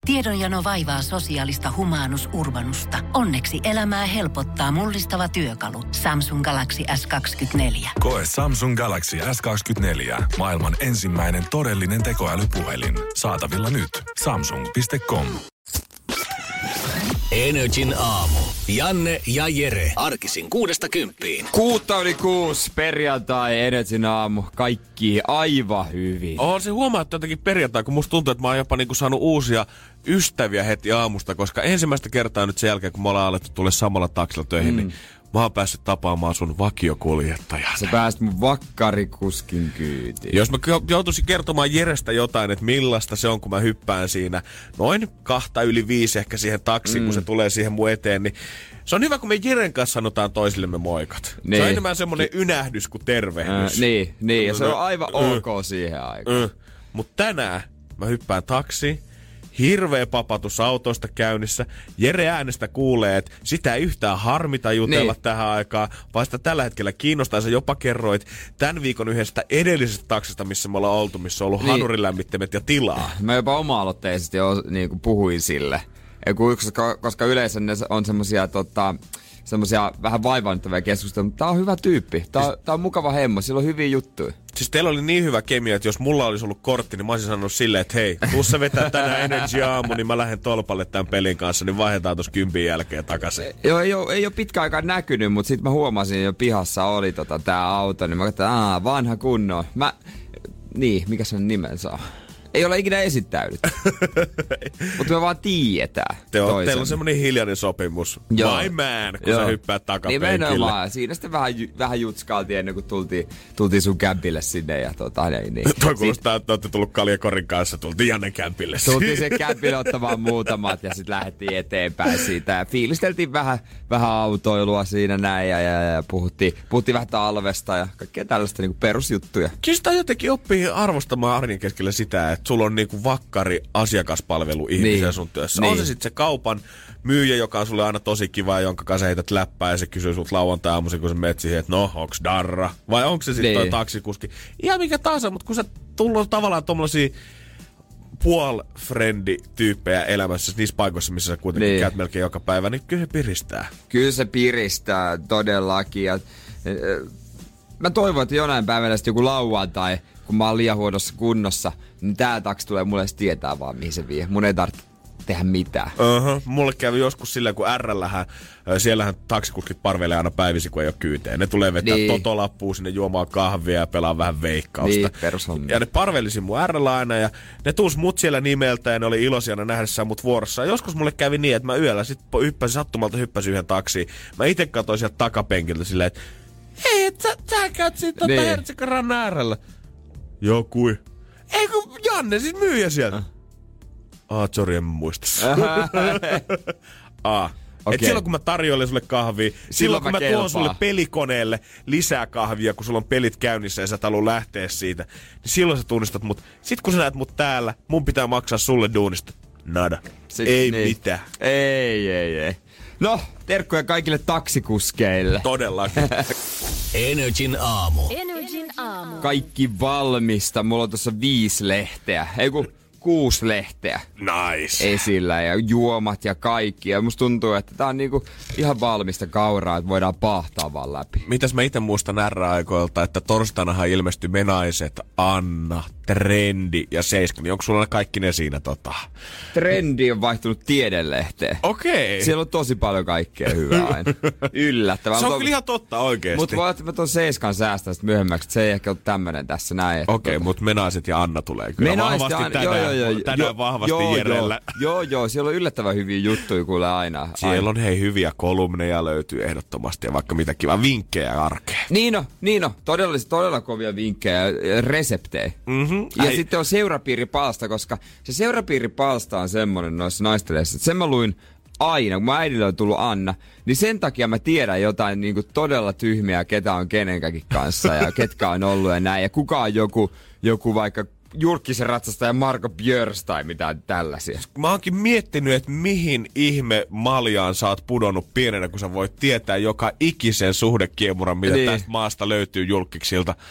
Tiedonjano vaivaa sosiaalista humanus urbanusta. Onneksi elämää helpottaa mullistava työkalu. Samsung Galaxy S24. Koe Samsung Galaxy S24. Maailman ensimmäinen todellinen tekoälypuhelin. Saatavilla nyt. Samsung.com. NRJ:n aamu. Janne ja Jere. Arkisin 6–10. 6:06 perjantai, NRJ:n aamu. Kaikki aivan hyvin. On se huomaattu jotenkin perjantai, kun musta tuntuu, että mä oon jopa niinku saanut uusia ystäviä heti aamusta, koska ensimmäistä kertaa nyt sen jälkeen, kun me ollaan alettu tulla samalla taksilla töihin, niin mä oon päässyt tapaamaan sun vakiokuljettajan. Sä pääsit mun vakkarikuskin kyytiin. Jos mä joutuisin kertomaan Jerestä jotain, että millaista se on, kun mä hyppään siinä noin 4:55 ehkä siihen taksiin, kun se tulee siihen mun eteen, niin se on hyvä, kun me Jeren kanssa sanotaan toisillemme moikat. Niin. Se on enemmän semmonen ynähdys kuin tervehdys. Niin, ja se on aivan ok siihen aikaan. Mut tänään mä hyppään taksiin. Hirveä papatus autoista käynnissä. Jere äänestä kuulee, että sitä ei yhtään harmita jutella tähän aikaan, vaan sitä tällä hetkellä kiinnostaa. Sä jopa kerroit tämän viikon yhdestä edellisestä taksista, missä me ollaan oltu, missä on ollut hanurilämmittimet ja tilaa. Mä jopa oma-aloitteisesti jo niin kuin puhuin sille. Koska yleensä ne on semmosia vähän vaivaannuttavia keskusteluja, mutta tää on hyvä tyyppi. Tää on mukava hemmo, sillä on hyviä juttuja. Siis teillä oli niin hyvä kemia, että jos mulla olisi ollut kortti, niin mä olisin sanonut silleen, että hei, tuu sä vetää tänään NRJ aamu, niin mä lähden tolpalle tämän pelin kanssa, niin vaihdetaan tossa 10 jälkeen takaisin. Joo, ei ole pitkä aikaa näkynyt, mutta sit mä huomasin jo pihassa oli tää auto, niin mä katsoin, vanha kunnon. Mikä sen nimensä on? Ei ole ikinä esittäydytty. Mutta me vaan tiedetään. Teillä on semmonen hiljainen sopimus. Joo. My man, kun sä hyppäät takapenkille. Nimenomaan. Siinä sitten vähän jutskailtiin ennen kuin tultiin sun kämpille sinne. Ja niin. Toi kuulostaa, että olette tullut Kaljakorin kanssa. Tultiin Jannen kämpille. Tultiin sen kämpille ottamaan muutamat ja sitten lähdettiin eteenpäin siitä. Ja fiilisteltiin vähän autoilua siinä näin. Ja puhuttiin vähän talvesta ja kaikkea tällaista niin kuin perusjuttuja. Kyllä sitä jotenkin oppii arvostamaan arjen keskellä sitä, että sulla on niinku vakkari asiakaspalvelu ihmisiä sun työssä. On se sitten se kaupan myyjä, joka on sulle aina tosi kiva, jonka kanssa heität läppää ja se kysyy sulta lauantai-aamuisin, kun sä menet siihen, että no, onks darra? Vai onko se sitten toi taksikuski? Ihan mikä tahansa, mutta kun sä tullut tavallaan tommosia puol-frendi-tyyppejä elämässä niissä paikoissa, missä sä kuitenkin käyt melkein joka päivä, niin kyllä se piristää. Kyllä se piristää todellakin. Ja, mä toivon, että jonain päivänä sitten joku lauantai, kun mä oon liian huonossa kunnossa, niin tää taksi tulee mulle tietää vaan, mihin se vie. Mun ei tarvitse tehdä mitään. Mulle kävi joskus silleen, kun siellähän taksikuskit parveilee aina päivisin, kun ei ole kyyteen. Ne tulee vetää totolappuun sinne juomaan kahvia ja pelaa vähän veikkausta. Ja ne parveilisi mun R:llä aina ja ne tunsi mut siellä nimeltä ja ne oli iloisia aina nähdessään mut vuorossa. Joskus mulle kävi niin, että mä yöllä sit hyppäsin yhden taksiin. Mä ite katsoin sieltä takapenkiltä silleen, että hei, et sä käyt siitä Hertsikaran äärellä. Joo, kui. Ei kun Janne, siis myyjä sieltä. Sori, en muista. Et silloin kun mä tarjoilen sulle kahvia, silloin kun mä tuon sulle pelikoneelle lisää kahvia, kun sulla on pelit käynnissä ja sä et halua lähteä siitä, niin silloin sä tunnistat mut. Sit kun sä näet mut täällä, mun pitää maksaa sulle duunista. Nada. Ei mitään. Ei. No, terkkuja kaikille taksikuskeille. Todellakin. NRJ:n aamu. Kaikki valmista. Mulla on tuossa 5 lehteä. 6 lehteä. Nice. Esillä ja juomat ja kaikki. Ja musta tuntuu, että tää on niinku ihan valmista kauraa, että voidaan paahtaa vaan läpi. Mitäs mä ite muistan R-aikoilta, että torstainahan ilmestyi Menaiset, Anna, Trendi ja Seiska. Niin onko sulla kaikki ne siinä Trendi on vaihtunut Tiedelehteen. Okei. Siellä on tosi paljon kaikkea hyvää aina. Yllättävää. Se on kyllä ihan totta oikeesti. Mutta voi että mä ton Seiskan säästän sit myöhemmäksi, että se ei ehkä ole tämmönen tässä näin. Okei, mutta Menaiset ja Anna tulee kyllä vahvasti tänään vahvasti Jerellä. Joo, siellä on yllättävän hyviä juttuja kuule aina. Siellä on hyviä kolumneja löytyy ehdottomasti ja vaikka mitä kiva vinkkejä arkeen. Niin on. Todella kovia vinkkejä, reseptejä. Ja sitten on seurapiiripalsta, koska se seurapiiripalsta on semmonen noissa naisteleissä, että sen mä luin aina, kun mun äidillä on tullut Anna, niin sen takia mä tiedän jotain niin kuin todella tyhmiä, ketä on kenenkäkin kanssa ja ketkä on ollut ja näin. Ja kuka on joku vaikka Julkisen ratsastaja Marko Björs tai mitään tällaisia. Mä oonkin miettinyt, että mihin ihme maljaan sä oot pudonnut pienenä, kun sä voit tietää joka ikisen suhdekiemuran, mitä tästä maasta löytyy julkiksilta.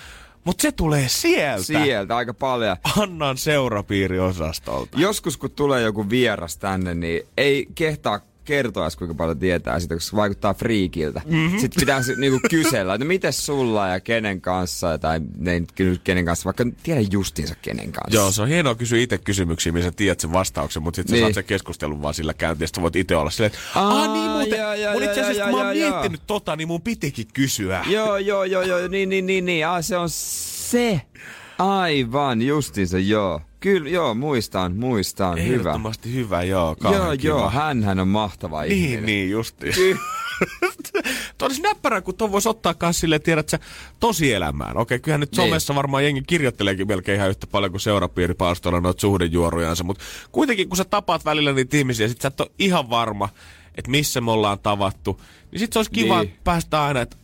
Mutta se tulee sieltä. Sieltä aika paljon. Annan seurapiiriosastolta. Joskus kun tulee joku vieras tänne, niin ei kehtaa kertoa, kuinka paljon tietää sitä, koska se vaikuttaa friikiltä. Sitten pitää niinku kysellä, että mites sulla ja kenen kanssa, tai ei nyt kenen kanssa, vaikka tiedä justiinsa kenen kanssa. Joo, se on hienoa kysyä itse kysymyksiä, missä tiedät sen vastauksen, mutta sitten sä saat sen keskustelun vaan sillä käyntiin, ja voit itse olla silleen, että niin muuten, mun itse asiassa kun mä oon miettinyt niin mun pitikin kysyä. Joo, niin, se on se. Aivan, justiinsa, joo. Kyllä, joo, muistan, hyvä. Ehdottomasti hyvä, joo. Joo, hänhän on mahtava ihminen. Niin, justiin. Tuo olisi näppärää, kun tuon voisi ottaa kanssa silleen, tiedät sä, tosielämään. Okei, kyllähän nyt somessa varmaan jengi kirjoitteleekin melkein ihan yhtä paljon kuin seurapiiripalstoilla noita suhdejuorujansa, mutta kuitenkin kun sä tapaat välillä niitä ihmisiä, sit sä et ole ihan varma, että missä me ollaan tavattu, niin sit se olisi kiva päästä aina, että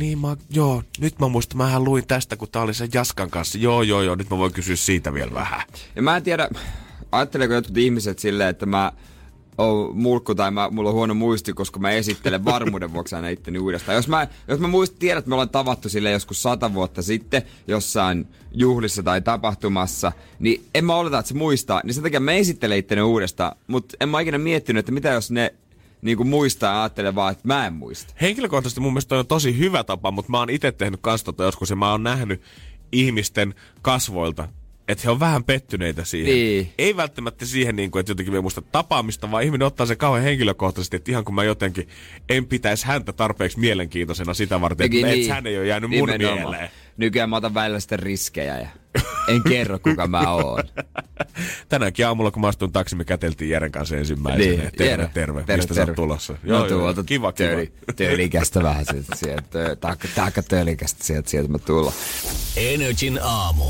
nyt mä muistan, mähän luin tästä, kun tää oli sen Jaskan kanssa. Joo, nyt mä voin kysyä siitä vielä vähän. Ja mä en tiedä, ajatteleeko jotkut ihmiset silleen, että mä oon mulkku tai mulla on huono muisti, koska mä esittelen varmuuden vuoksi aina itteni uudestaan. Jos mä tiedän, että me ollaan tavattu silleen joskus 100 vuotta sitten jossain juhlissa tai tapahtumassa, niin en mä oleta, että se muistaa. Niin sen takia mä esittelen itteni uudestaan, mutta en mä ikinä miettinyt, että mitä jos ne niinku muistaa ja ajattelee vaan, että mä en muista. Henkilökohtaisesti mun mielestä on tosi hyvä tapa, mutta mä oon itse tehnyt kans joskus ja mä oon nähnyt ihmisten kasvoilta, että he on vähän pettyneitä siihen. Niin. Ei välttämättä siihen, että jotenkin me muista tapaamista, vaan ihminen ottaa sen kauhean henkilökohtaisesti, että ihan kun mä jotenkin en pitäisi häntä tarpeeksi mielenkiintoisena sitä varten, että hän ei ole jäänyt mun mieleen. Nykyään mä otan välillä sitten riskejä ja en kerro, kuka mä oon. Tänäänkin aamulla, kun mä astuin taksiin, me käteltiin Jeren kanssa ensimmäisenä. Niin, terve. Mistä sä oot tulossa? Joo, kiva. Tölikästä vähän sieltä. Taakka tölikästä sieltä mä tullaan. Energin aamu.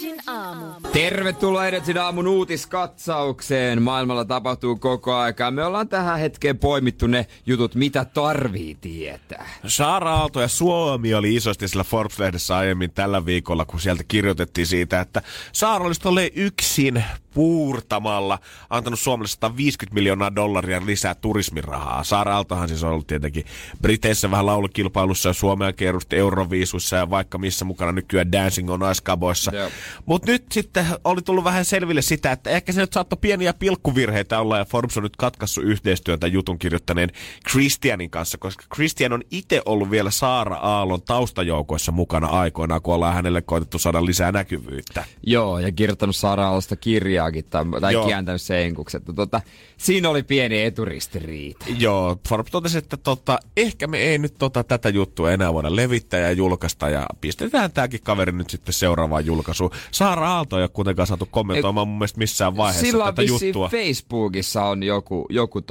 Tervetuloa Energin aamun uutiskatsaukseen. Maailmalla tapahtuu koko aikaa. Me ollaan tähän hetkeen poimittu ne jutut, mitä tarvii tietää. Saara Aalto ja Suomi oli isosti sillä Forbes-lehdessä aiemmin tällä viikolla, kun sieltä kirjoitettiin siitä, että Saara olisi tolleen yksin puurtamalla antanut Suomelle $150 miljoonaa lisää turismirahaa. Saara Aaltohan siis on ollut tietenkin Briteissä vähän laulukilpailussa ja Suomea kierrusti Euroviisuissa ja vaikka missä mukana nykyään Dancing on Ice-kaboissa. Mutta nyt sitten oli tullut vähän selville sitä, että ehkä se nyt saattoi pieniä pilkkuvirheitä olla ja Forbes on nyt katkaissut yhteistyön tämän jutun kirjoittaneen Christianin kanssa, koska Christian on itse ollut vielä Saara Aallon taustajoukoissa mukana aikoinaan, kun ollaan hänelle koetettu saada lisää näkyvyyttä. Joo, ja kirjoittanut Saara Aallosta kirjaakin tai kiäntänyt sen enkuksi, että siinä oli pieni eturistiriita. Joo, Forbes totesi, että ehkä me ei nyt tätä juttua enää voida levittää ja julkaista ja pistetään tämäkin kaveri nyt sitten seuraavaan julkaisuun. Saara Aalto ei ole kuitenkaan saatu kommentoimaan mun mielestä missään vaiheessa tätä juttua. Facebookissa on joku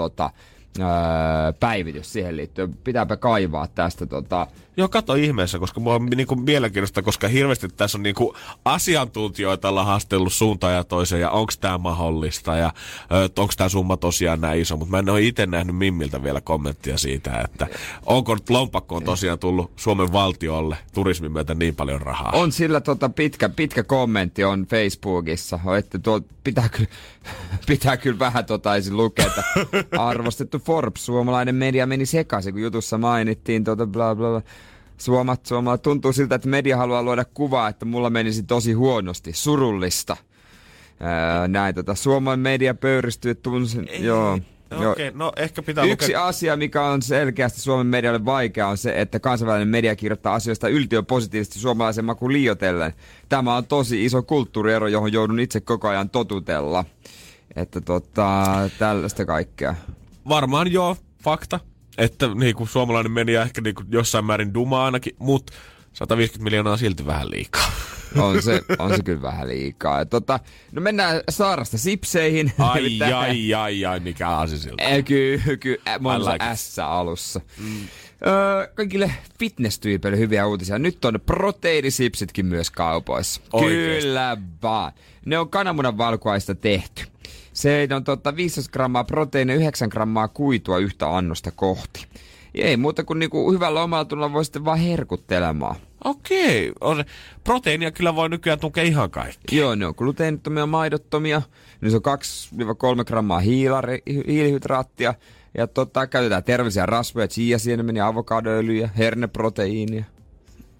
päivitys siihen liittyen. Pitääpä kaivaa tästä Joo, kato ihmeessä, koska mua on mielenkiintoista, koska hirveästi tässä on asiantuntijoita ollaan haastellut suuntaan ja toiseen, ja onko tämä mahdollista, ja onko tämä summa tosiaan näin iso, mutta mä en ole itse nähnyt Mimmiltä vielä kommenttia siitä, että onko lompakkoon tosiaan tullut Suomen valtiolle turismin myötä niin paljon rahaa. On sillä pitkä kommentti on Facebookissa, että pitää kyllä vähän ensin lukea, että arvostettu Forbes, suomalainen media meni sekaisin, kun jutussa mainittiin bla bla bla. Suomalla tuntuu siltä, että media haluaa luoda kuvaa, että mulla menisi tosi huonosti, surullista. Näin suomalainen media pöyristyy, tunsin, joo. Okei, no ehkä pitää Yksi asia, mikä on selkeästi Suomen medialle vaikea, on se, että kansainvälinen media kirjoittaa asioista yltiöpositiivisesti suomalaisen makuun liioitellen. Tämä on tosi iso kulttuuriero, johon joudun itse koko ajan totutella. Että tällaista kaikkea. Varmaan joo, fakta. Että suomalainen media ehkä jossain määrin dumaa ainakin, mutta 150 miljoonaa on silti vähän liikaa. On se kyllä vähän liikaa. No mennään Saarasta sipseihin. Ai, mikä asia siltä. Kyllä, monsa S alussa. Kaikille fitness-tyypeille hyviä uutisia. Nyt on proteiinisipsitkin myös kaupoissa. Oikeesti. Kyllä vaan. Ne on kananmunan valkuaista tehty. Se on 15 grammaa proteiinia, 9 grammaa kuitua yhtä annosta kohti. Ja ei muuta kuin hyvällä omalla tunnolla voi sitten vaan herkuttelemaan. Okei. Proteiinia kyllä voi nykyään tukea ihan kaikki. Joo, ne on gluteenittomia, maidottomia. Niin se on 2-3 grammaa hiilihydraattia. Ja käytetään terveellisiä rasvoja, chiasienmeniä, avokadoöljyjä, herneproteiinia.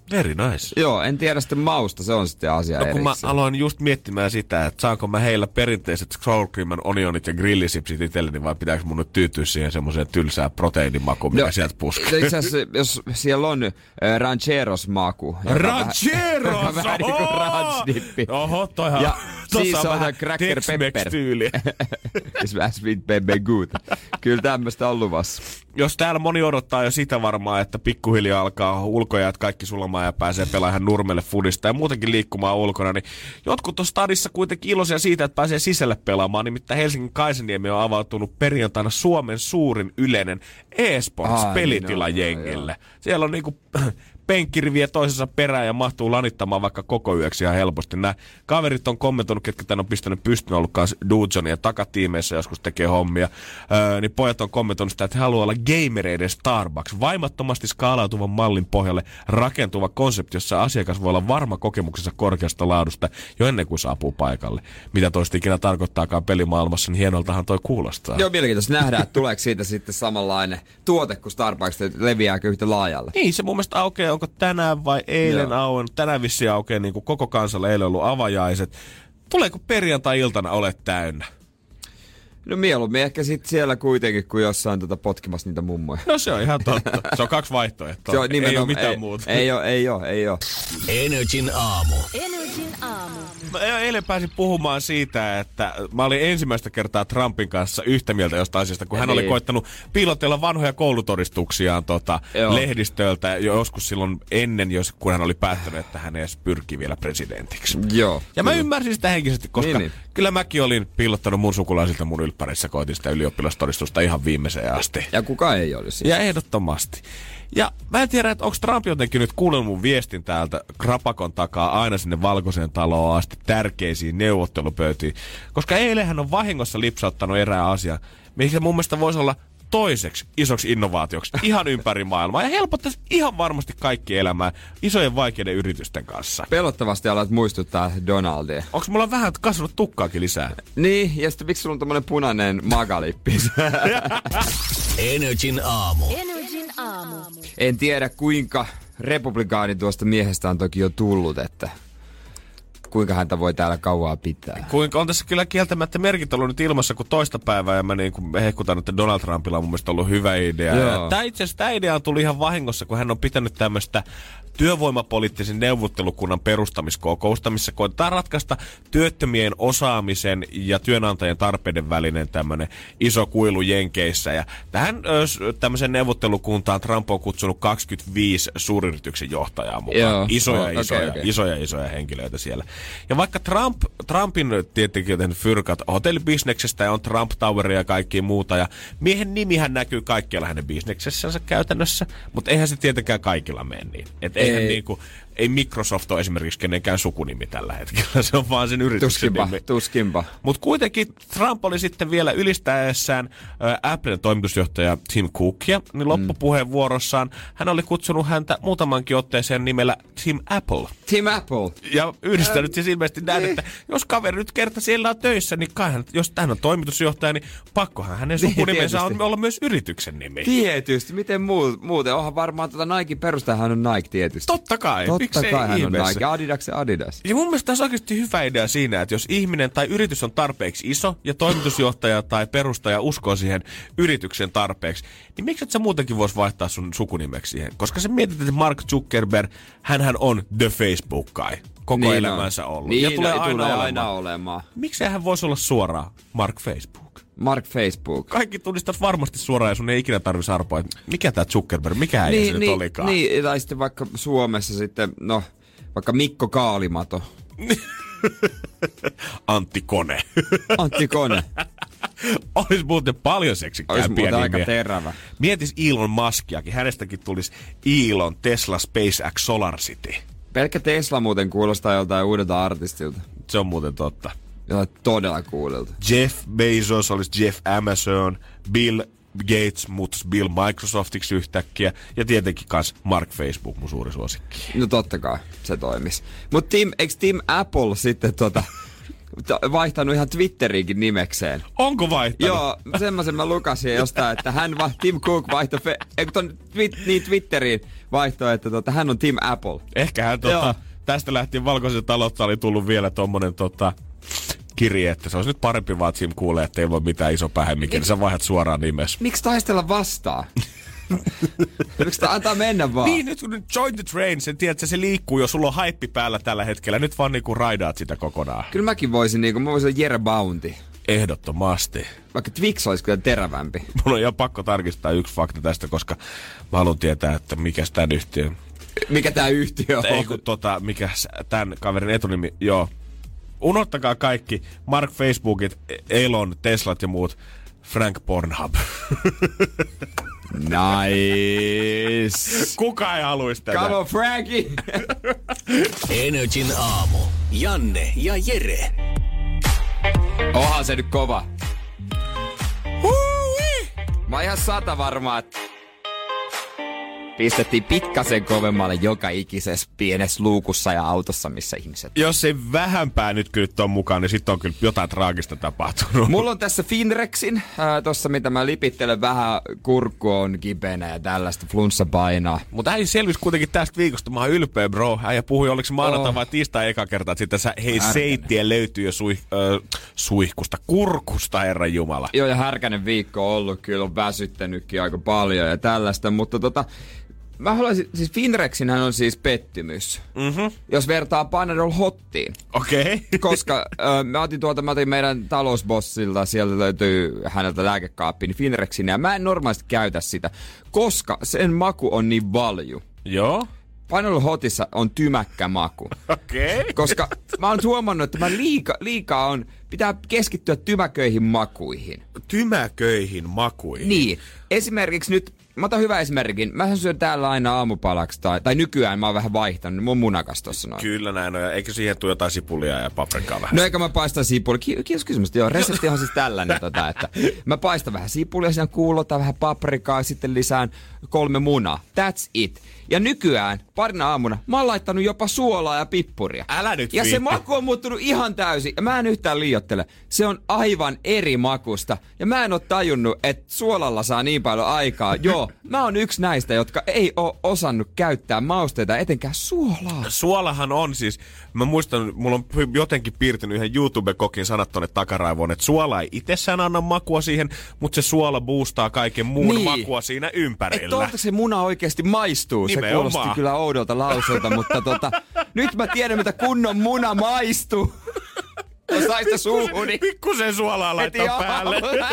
Very nice. Joo, en tiedä sitten mausta, se on sitten asia erikseen. Kun mä aloin just miettimään sitä, että saanko mä heillä perinteiset sour cream onionit ja grillisipsit itselleni, vai pitääkö mun nyt tyytyä siihen semmoiseen tylsää proteiinimakuun, mikä sieltä puskee. Itse asiassa, jos siellä on rancheros-maku. Rancheros! Vähän niin kuin ranch-dippi. Oho, toihan. Ja siis on cracker pepper. Tyyli. Sweet pepper good. Kyllä tämmöistä on luvassa. Jos täällä moni odottaa jo sitä varmaan, että pikkuhiljaa alkaa ulkojäät kaikki sulamaan ja pääsee pelaamaan nurmelle fudista ja muutenkin liikkumaan ulkona, niin jotkut on stadissa kuitenkin iloisia siitä, että pääsee sisälle pelaamaan. Nimittäin Helsingin Kaisaniemi on avautunut perjantaina Suomen suurin yleinen e-sports-pelitila jengille. Siellä on niinku penkkiriviä toisessa perään ja mahtuu lanittamaan vaikka koko yöksi ihan helposti. Nämä kaverit on kommentoinut, ketkä tän on pistänyt pystyyn, ollut kanssa Dujonien takatiimeissä joskus tekee hommia. Niin pojat on kommentoinut sitä, että he haluaa olla gamereiden Starbucks. Vaimattomasti skaalautuvan mallin pohjalle rakentuva konsepti, jossa asiakas voi olla varma kokemuksensa korkeasta laadusta jo ennen kuin saapuu paikalle. Mitä toista ikinä tarkoittaakaan pelimaailmassa, niin hienoltahan toi kuulostaa. Joo, mielenkiintoista nähdään, että tuleeko siitä sitten samanlainen tuote kuin Starbucks, että leviääkö yhtä laajalle. Niin, se mun mielestä aukeaa, onko tänään vai eilen auennut. Tänään vissiin aukeaa niin kuin koko kansalle, eilen ollut avajaiset. Tuleeko perjantai-iltana olet täynnä? No mieluummin ehkä sitten siellä kuitenkin, kun jossain potkimassa niitä mummoja. No se on ihan totta. Se on kaksi vaihtoehtoa. Se on ei ole mitään muuta. Ei ole. NRJ:n aamu. Mä eilen pääsin puhumaan siitä, että mä olin ensimmäistä kertaa Trumpin kanssa yhtä mieltä jostain asiasta, kun hän oli koittanut piilotella vanhoja koulutodistuksiaan lehdistöltä joskus silloin ennen, kun hän oli päättänyt, että hän edes pyrkii vielä presidentiksi. Joo. Ja mä ymmärsin sitä henkisesti, koska kyllä mäkin olin piilottanut mun sukulaisilta mun ylppärissä, koitin sitä ylioppilastodistusta ihan viimeiseen asti. Ja kuka ei olisi? Ja ehdottomasti. Ja mä en tiedä, että onko Trump jotenkin nyt kuunnellut mun viestin täältä krapakon takaa aina sinne Valkoiseen taloon asti tärkeisiin neuvottelupöytiin. Koska eilen hän on vahingossa lipsauttanut erään asian, mikä mun mielestä voisi olla toiseksi isoksi innovaatioksi ihan ympäri maailmaa. Ja helpottaisi ihan varmasti kaikki elämää isojen vaikeiden yritysten kanssa. Pelottavasti alat muistuttaa Donaldia. Onko mulla vähän kasvanut tukkaakin lisää? Niin, ja sitten miksi sulla on tommonen punainen magalippis? NRJ:n aamu. En tiedä kuinka republikaani tuosta miehestä on toki jo tullut, että kuinka häntä voi täällä kauaa pitää. Kuinka on tässä kyllä kieltämättä merkit ollut nyt ilmassa kuin toista päivää, ja mä niin kuin hehkutan, että Donald Trumpilla on mun mielestä ollut hyvä idea. Tämä itse asiassa tämä idea on tullut ihan vahingossa, kun hän on pitänyt tämmöistä työvoimapoliittisen neuvottelukunnan perustamiskokousta, missä koetetaan ratkaista työttömien osaamisen ja työnantajien tarpeiden välinen tämmöinen iso kuilu Jenkeissä. Ja tähän tämmöiseen neuvottelukuntaan Trump on kutsunut 25 suuryrityksen johtajaa mukaan. Isoja henkilöitä siellä. Ja vaikka Trumpin tietenkin on tehnyt fyrkat hotellibisneksestä ja on Trump Toweria ja kaikkia muuta, ja miehen nimihän näkyy kaikkialla hänen bisneksessänsä käytännössä, mutta eihän se tietenkään kaikilla mene niin. Ei Microsoft ole esimerkiksi kenenkään sukunimi tällä hetkellä, se on vaan sen yrityksen nimi. Tuskinpa. Mutta kuitenkin Trump oli sitten vielä ylistäessään Applen toimitusjohtaja Tim Cookia, niin loppupuheenvuorossaan hän oli kutsunut häntä muutamankin otteeseen nimellä Tim Apple. Tim Apple. Ja yhdistänyt siis ilmeisesti näin, että jos kaveri nyt kerta siellä on töissä, niin jos hän on toimitusjohtaja, niin pakkohan hänen sukunimensä on olla myös yrityksen nimi. Tietysti. Miten muuten? Onhan varmaan Nike perustajahan on Nike tietysti. Totta kai. Totta kai hän on Nike. Adidas. Ja mun mielestä tässä on oikeasti hyvä idea siinä, että jos ihminen tai yritys on tarpeeksi iso ja toimitusjohtaja tai perustaja uskoo siihen yrityksen tarpeeksi, niin miksi et sä muutenkin vois vaihtaa sun sukunimeksi siihen? Koska sä mietit, että Mark Zuckerberg, hänhän on the Facebook guy. Koko elämänsä ollut. Niin, ja tulee aina olemaan. Miksi hän voisi olla suoraan Mark Facebook? Mark Facebook. Kaikki tunnistaisi varmasti suoraan ja sun ei ikinä tarvitsisi arpoa, että mikä tää Zuckerberg, mikä äijä se nyt olikaan. Niin, tai sitten vaikka Suomessa sitten, vaikka Mikko Kaalimato. Antti Kone. Olisi muuten paljon seksikkäämpiä nimiä. Aika terävä. Mietis Elon Muskiakin. Hänestäkin tulisi Elon, Tesla, SpaceX, SolarCity. Pelkkä Tesla muuten kuulostaa joltain uudelta artistilta. Se on muuten totta. Jotain todella kuudelta. Jeff Bezos olisi Jeff Amazon, Bill Gates muutus Bill Microsoftiksi yhtäkkiä ja tietenkin kans Mark Facebook, mun suuri suosikki. No totta kai, se toimis. Mut eikö Tim Apple sitten vaihtanut ihan Twitteriinkin nimekseen. Onko vaihtanut? Joo, semmoisen mä lukasin jostain, että Tim Cook vaihtoi Twitteriin vaihtoi, että hän on Tim Apple. Ehkä hän tästä lähtien Valkoisen talosta oli tullut vielä tommonen kirje, että se olisi nyt parempi vaan, että Tim kuulee, että ei voi mitään iso pähemmikin, niin sä vaihdat suoraan nimessä. Miksi taistella vastaan? Miksi antaa mennä vaan? Niin, nyt kun join the train, sen tiedät, että se liikkuu jo, sulla on haippi päällä tällä hetkellä. Nyt vaan niinku raidaat sitä kokonaan. Kyllä mäkin voisin mä voisin Jere Bounty. Ehdottomasti. Vaikka Twix olisi kyllä terävämpi. Mun on ihan pakko tarkistaa yksi fakta tästä, koska mä haluan tietää, että mikä tän yhtiö. Mikä tää yhtiö on? Ei kun mikä tän kaverin etunimi, joo. Unohtakaa kaikki. Mark Facebookit, Elon, Teslat ja muut. Frank Pornhub. Nice. Kuka ei haluisi tätä? Come on, Frankie. Energin aamu. Janne ja Jere. Onhan se nyt kova. Mä oon ihan 100 varmaa, että pistettiin pikkasen kovemmalle joka ikisessä pienessä luukussa ja autossa, missä ihmiset. Jos ei vähänpää nyt kyllä on mukaan, niin sitten on kyllä jotain traagista tapahtunut. Mulla on tässä Finrexin, tossa mitä mä lipittelen vähän, kurkku on kipeänä ja tällaista, flunssa painaa. Mutta äijä selvisi kuitenkin tästä viikosta, mä oon ylpeä bro. Äijä puhui, oliko se maanantai vai tiistai eka kertaa, että sitten seittiä löytyy jo kurkusta, herran jumala. Joo, ja härkänen viikko on ollut, kyllä on väsyttänytkin aika paljon ja tällaista, mutta mä haluaisin, siis Finrexinhän on siis pettymys, jos vertaa Panadol Hottiin. Okei. Okay. Koska mä otin meidän talousbossilta, sieltä löytyy häneltä lääkekaappi, niin Finrexin, ja mä en normaalisti käytä sitä, koska sen maku on niin valju. Joo. Panadol Hotissa on tymäkkä maku. Okei. Okay. Koska mä oon huomannut, että mä liikaa pitää keskittyä tymäköihin makuihin. Tymäköihin makuihin? Niin. Esimerkiksi nyt, mä otan hyvän esimerkin. Mä syön täällä aina aamupalaksi, tai nykyään mä oon vähän vaihtanut, mun munakas tossa noin. Kyllä näin on, ja eikö siihen tule jotain sipulia ja paprikaa vähän? No eikä mä paistan sipulia. Kiitos kysymystä, joo. Resepti on siis tällainen, että mä paistan vähän sipulia, siinä kuulotaan vähän paprikaa, sitten lisään 3 munaa. That's it. Ja nykyään, parina aamuna, mä oon laittanut jopa suolaa ja pippuria. Älä nyt ja se maku on muuttunut ihan täysin. Ja mä en yhtään liioittele. Se on aivan eri makusta. Ja mä en oo tajunnut, että suolalla saa niin paljon aikaa. Joo, mä oon yksi näistä, jotka ei oo osannut käyttää mausteita, etenkään suolaa. Suolahan on siis, mä muistan, mulla on jotenkin piirtynyt yhden YouTube-kokin sanat tonne takaraivoon, että suola ei itsessään anna makua siihen, mutta se suola boostaa kaiken muun makua siinä ympärillä. Että toivottavasti se muna oikeesti maistuu. Se kuulosti kyllä oudolta lausulta, mutta nyt mä tiedän, mitä kunnon muna maistuu. Saista suuhuni. Pikkusen suolaa laittaa päälle.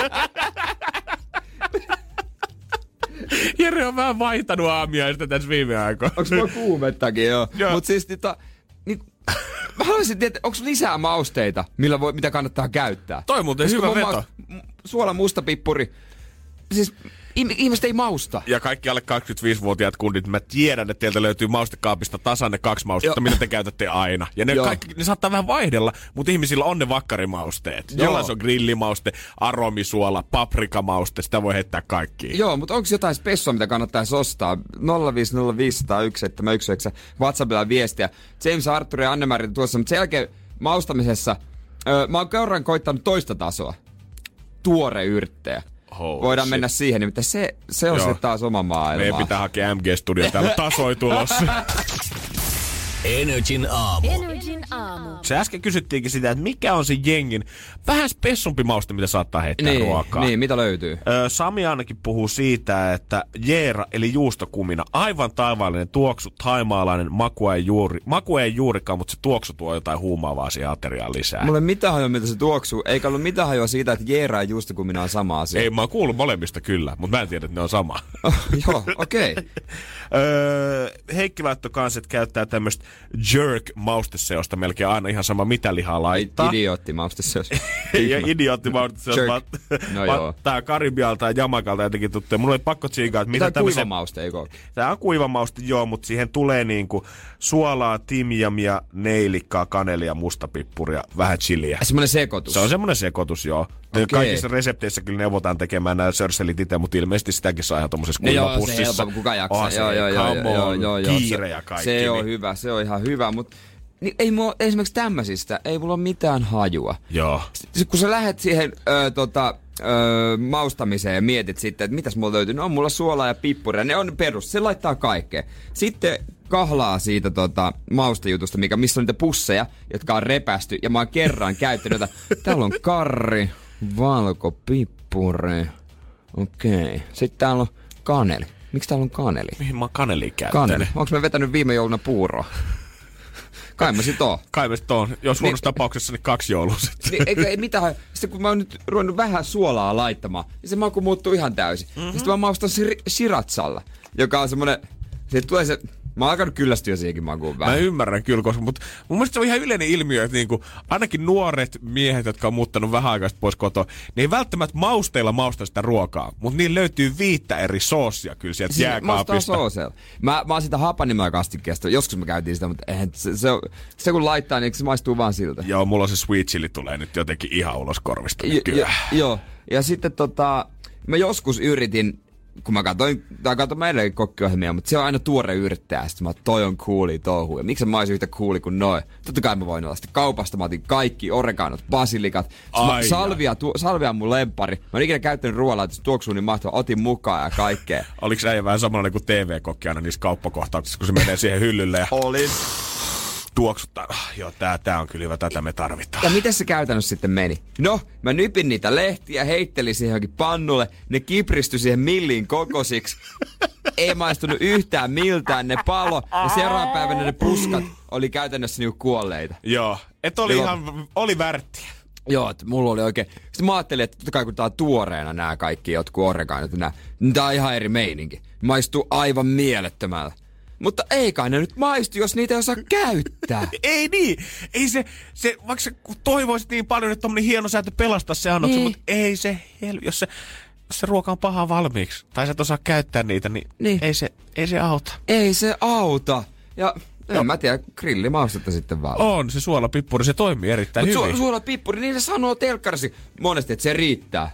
Jere on vähän vaihtanut aamiaista tässä viime aikoina. Onks mulla kuumettakin, joo. Mut siis mä haluaisin tietää, onko lisää mausteita, mitä kannattaa käyttää? Toi muuten hyvä veto. Suola, mustapippuri. Siis ihmiset ei mausta. Ja kaikki alle 25-vuotiaat kundit, mä tiedän, että teiltä löytyy maustekaapista tasan ne 2 maustetta, mitä te käytätte aina. Ja ne saattaa vähän vaihdella, mutta ihmisillä on ne vakkarimausteet. Jollain se on grillimauste, aromisuola, paprikamauste, sitä voi heittää kaikkiin. Joo, mutta onko jotain spessua, mitä kannattaisi ostaa? 050501719 WhatsAppilla viestiä. James Arthur ja Anne-Mari tuossa, mutta sen jälkeen maustamisessa mä oon kerran koittanut toista tasoa. Tuoreyrttejä. Voidaan mennä siihen, nimittäin se on se taas oma maailma. Meidän pitää hakea MG-studio täällä tasoi tulossa. Energin aamu. Se äsken kysyttiinkin sitä, että mikä on se jengin vähän spessumpi mauste, mitä saattaa heittää ruokaa. Niin, mitä löytyy? Sami ainakin puhuu siitä, että jeera eli juustokumina, aivan taivaallinen tuoksu, thaimaalainen, maku ei juurikaan, mutta se tuoksu tuo jotain huumaavaa siihen ateriaan lisää. Mulla ei mitään hajoa, mitä se tuoksuu, eikä ollut mitään hajoa siitä, että jeera ja juustokumina on sama asia. Ei, mä oon kuullut molemmista kyllä, mutta mä en tiedä, että ne on sama. Joo, okei. Okay. Heikki laittoi kanssa, että käyttää tämmöistä jerk-mausteseosta melkein aina ihan sama mitä lihaa laittaa. Idioottimausteseos. Ja idioottimausteseos. No joo. Tää Karibialta ja Jamakalta jotenkin tuttuja. Mulla oli pakko tsiikaa, että mitä tämmöisen... kuivamauste, eikö ole? Tää on kuivamauste, joo, mutta siihen tulee niinku suolaa, timjamia, neilikkaa, kanelia, mustapippuria, vähän chiliä. Semmoinen sekoitus. Se on semmoinen sekoitus, joo. Okay. Kaikissa resepteissä kyllä neuvotaan tekemään nämä sörsselit itse, mutta ilmeisesti sitäkin saa ihan tommosessa kuivapussissa. Joo, se helppo, kuka jaksaa. Joo, kiire ja kaikki. Se on hyvä, se on ihan hyvä, mutta niin ei mulla esimerkiksi tämmöisistä, ei mulla ole mitään hajua. Joo. Kun sä lähet siihen maustamiseen ja mietit sitten, että mitäs mulla löytyy, no on mulla suolaa ja pippuria, ne on perus, se laittaa kaikkea. Sitten kahlaa siitä maustejutusta, missä on niitä pusseja, jotka on repästy, ja mä oon kerran käyttänyt jotain. Täällä on karri, valkopippuri, okei. Sitten täällä on kaneli. Miksi täällä on kaneli? Mihin mä oon kanelia käyttänyt? Kaneli. Onks mä vetänyt viime jouluna puuroa? Kai mä sit oon. Jos huonossa tapauksessa, niin 2 joulua sitten. Niin, ei mitään. Sitten kun mä oon nyt ruvennut vähän suolaa laittamaan, niin se maku muuttuu ihan täysin. Mm-hmm. Sitten mä maustan sriratsalla, joka on semmonen... Siitä tulee se... Mä oon alkanut kyllästyä siihenkin makuun vähän. Mä ymmärrän kyllä, mutta mun mielestä se on ihan yleinen ilmiö, että niinku, ainakin nuoret miehet, jotka on muuttanut vähän aikaista pois kotoa, niin ei välttämättä mausteilla mausta sitä ruokaa, mutta niillä löytyy 5 eri soosia kyllä sieltä jääkaapista. Mä oon sitä hapanimää kastikkeesta, joskus mä käytiin sitä, mutta se kun laittaa, niin se maistuu vaan siltä. Joo, mulla se sweet chili tulee nyt jotenkin ihan ulos korvista. Joo, ja sitten mä joskus yritin, kun mä katsoin meidän kokkiohjelmia, mutta se on aina tuore yrittäjä. Sitten toi on cooli touhu. Ja miksi mä olisin yhtä cooli kuin noin? Totta kai mä voin olla. Sitten kaupasta mä otin kaikki oreganot, basilikat. Salvia on mun lemppari. Mä en ikinä käyttänyt ruoanlaitossa tuoksuun niin mahtavaa. Otin mukaan ja kaikkea. Oliko äijä vähän samanlainen kuin TV-kokki aina niissä kauppakohtauksissa, kun se menee siihen hyllylle ja... Olin. Tuoksuttaa. Joo, tää on kyllä hyvä, tätä me tarvitaan. Ja miten se käytännössä sitten meni? No, mä nypin niitä lehtiä, heittelin siihen johonkin pannulle, ne kipristyi siihen millin kokosiksi. Ei maistunut yhtään miltään, ne palo, ja seuraavan päivänä ne puskat oli käytännössä niinku kuolleita. Joo, oli värttiä. Joo, että mulla oli oikein. Sitten mä ajattelin, että totta kai kun tää on tuoreena nämä kaikki jotkut oreganot, niin tää on ihan eri meininki. Maistuu aivan mielettömällä. Mutta ei kai ne nyt maistu, jos niitä ei osaa käyttää. Ei niin. Ei se vaikka sä toivoisit niin paljon, että tommonen hieno säätö pelastaa se annoksen, mutta ei se jos se ruoka on paha valmiiksi, tai sä et osaa käyttää niitä, niin. Ei se auta. Ei se auta. Ja en mä tiedä, grillimaustetta sitten vaan. On, se suolapippuri, se toimii erittäin hyvin. Suolapippuri, niin se sanoo telkkarissa monesti, että se riittää.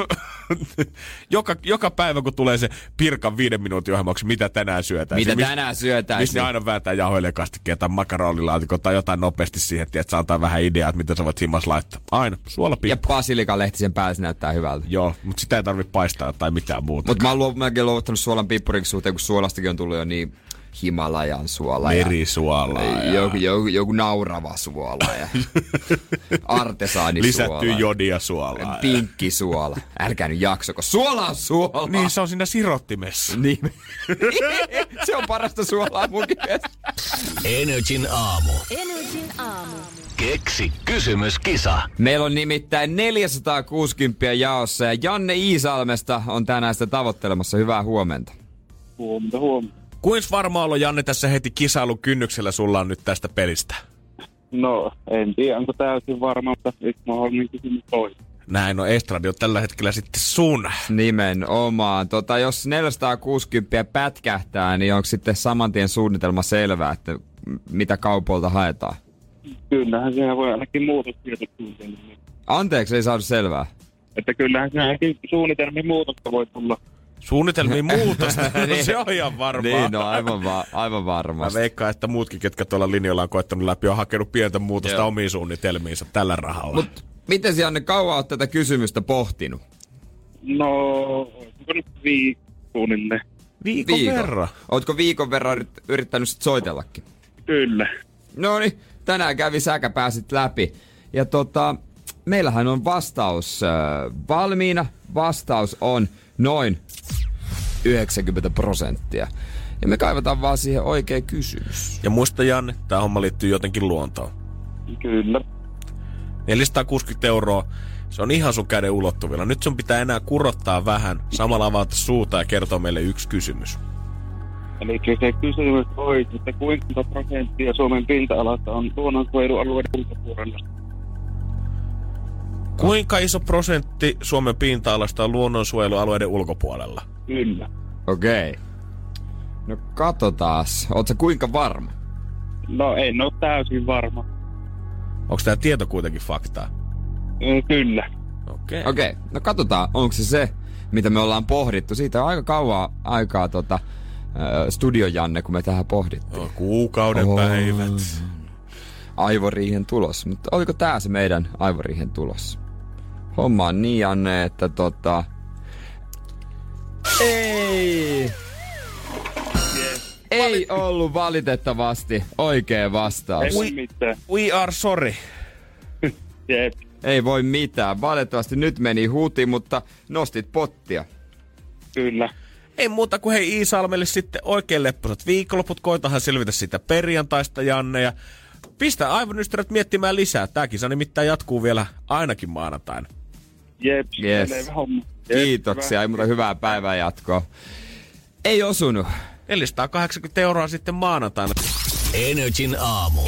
Joka päivä, kun tulee se Pirkan 5 minuutin ohjelmaksi, mitä tänään syötäisiin. Missä ne aina vääntää jauhoille kastikkeja tai makaronilaatikon tai jotain nopeasti siihen, että saa antaa vähän ideaa, että mitä sä voit himas laittaa. Aina, suolapippuri. Ja basilikan lehti sen päällä, se näyttää hyvältä. Joo, mutta sitä ei tarvitse paistaa tai mitään muuta. Mutta mä oon melkein luovuttanut suolan pippuriksi suhteen, kun suolastakin on tullut jo niin... Himalajan suola. Merisuola. Joku naurava suola ja artesaanisuola. Lisättyy jodia suolaa. Pinkkisuola. Älkää nyt jaksoko. Suola on suola. Niin, se on siinä sirottimessa. Niin. Se on parasta suolaa munkin mielestä. Energin aamu. Keksi kysymyskisa. Meillä on nimittäin 460 jaossa ja Janne Iisalmesta on tänään sitä tavoittelemassa. Hyvää huomenta. Huomenta. Kuinka varma olo, Janne, tässä heti kisailun kynnyksellä sulla on nyt tästä pelistä? No, en tiedä, onko täysin varma, mutta yksi mahdollinen kysymys toinen. Näin, no Estradi on tällä hetkellä sitten sun. Nimenomaan. Jos 460 pätkähtää, niin onko sitten samantien suunnitelma selvää, että mitä kaupolta haetaan? Kyllähän siinä voi ainakin muutostiedot suunnitelmia. Anteeksi, ei saanut selvää. Että kyllähän siinä ainakin suunnitelmien muutosta voi tulla. Suunnitelmiin muutosta, no se on ihan varmaa. Niin, no aivan varmasti. Mä veikkaan, että muutkin, ketkä tuolla linjoilla on koettanut läpi, on hakenut pientä muutosta omiin suunnitelmiinsa tällä rahalla. Mut miten Janne, kauan oot tätä kysymystä pohtinut? No, onko nyt suunnilleen? Viikon verran. Ootko viikon verran yrittänyt sit soitellakin? Kyllä. No niin, tänään kävi säkä, pääsit läpi. Ja meillähän on vastaus valmiina. Vastaus on noin 90%. Ja me kaivataan vaan siihen oikea kysymys. Ja muista, Janne, tää homma liittyy jotenkin luontoon. Kyllä. 460 €, se on ihan sun käden ulottuvilla. Nyt sun pitää enää kurottaa vähän, samalla avata suuta ja kertoa meille yksi kysymys. Eli se kysymys olisi, että kuinka prosenttia Suomen pinta-alasta on luonnonsuojelualueiden ulkopuolella? Kuinka iso prosentti Suomen pinta-alasta on luonnonsuojelualueiden ulkopuolella? Kyllä. Okei. No katsotaas. Oot sä kuinka varma? No en ole täysin varma. Onko tää tieto kuitenkin faktaa? Kyllä. Okei. No katsotaan, onko se, mitä me ollaan pohdittu. Siitä on aika kauan aikaa Studio Janne, kun me tähän pohdittiin. Kuukauden päivät. aivoriihen tulos. Mutta oliko tää se meidän aivoriihen tulos? Homma on niin, Janne, että Ei! Ei ollut valitettavasti oikea vastaus. Ei voi mitään. We are sorry. Jep. Ei voi mitään. Valitettavasti nyt meni huutiin, mutta nostit pottia. Kyllä. Ei muuta kuin hei Iisalmelle sitten oikein lepposat viikonloput. Koitahan selvitä sitä perjantaista, Janne. Ja pistä aivonystyrät miettimään lisää. Tää kisa nimittäin jatkuu vielä ainakin maanantaina. Jep. Yes. Kiitoksia. Ei muuta hyvää päivää jatkoa. Ei osunut. 480 € sitten maanantaina. Energin aamu.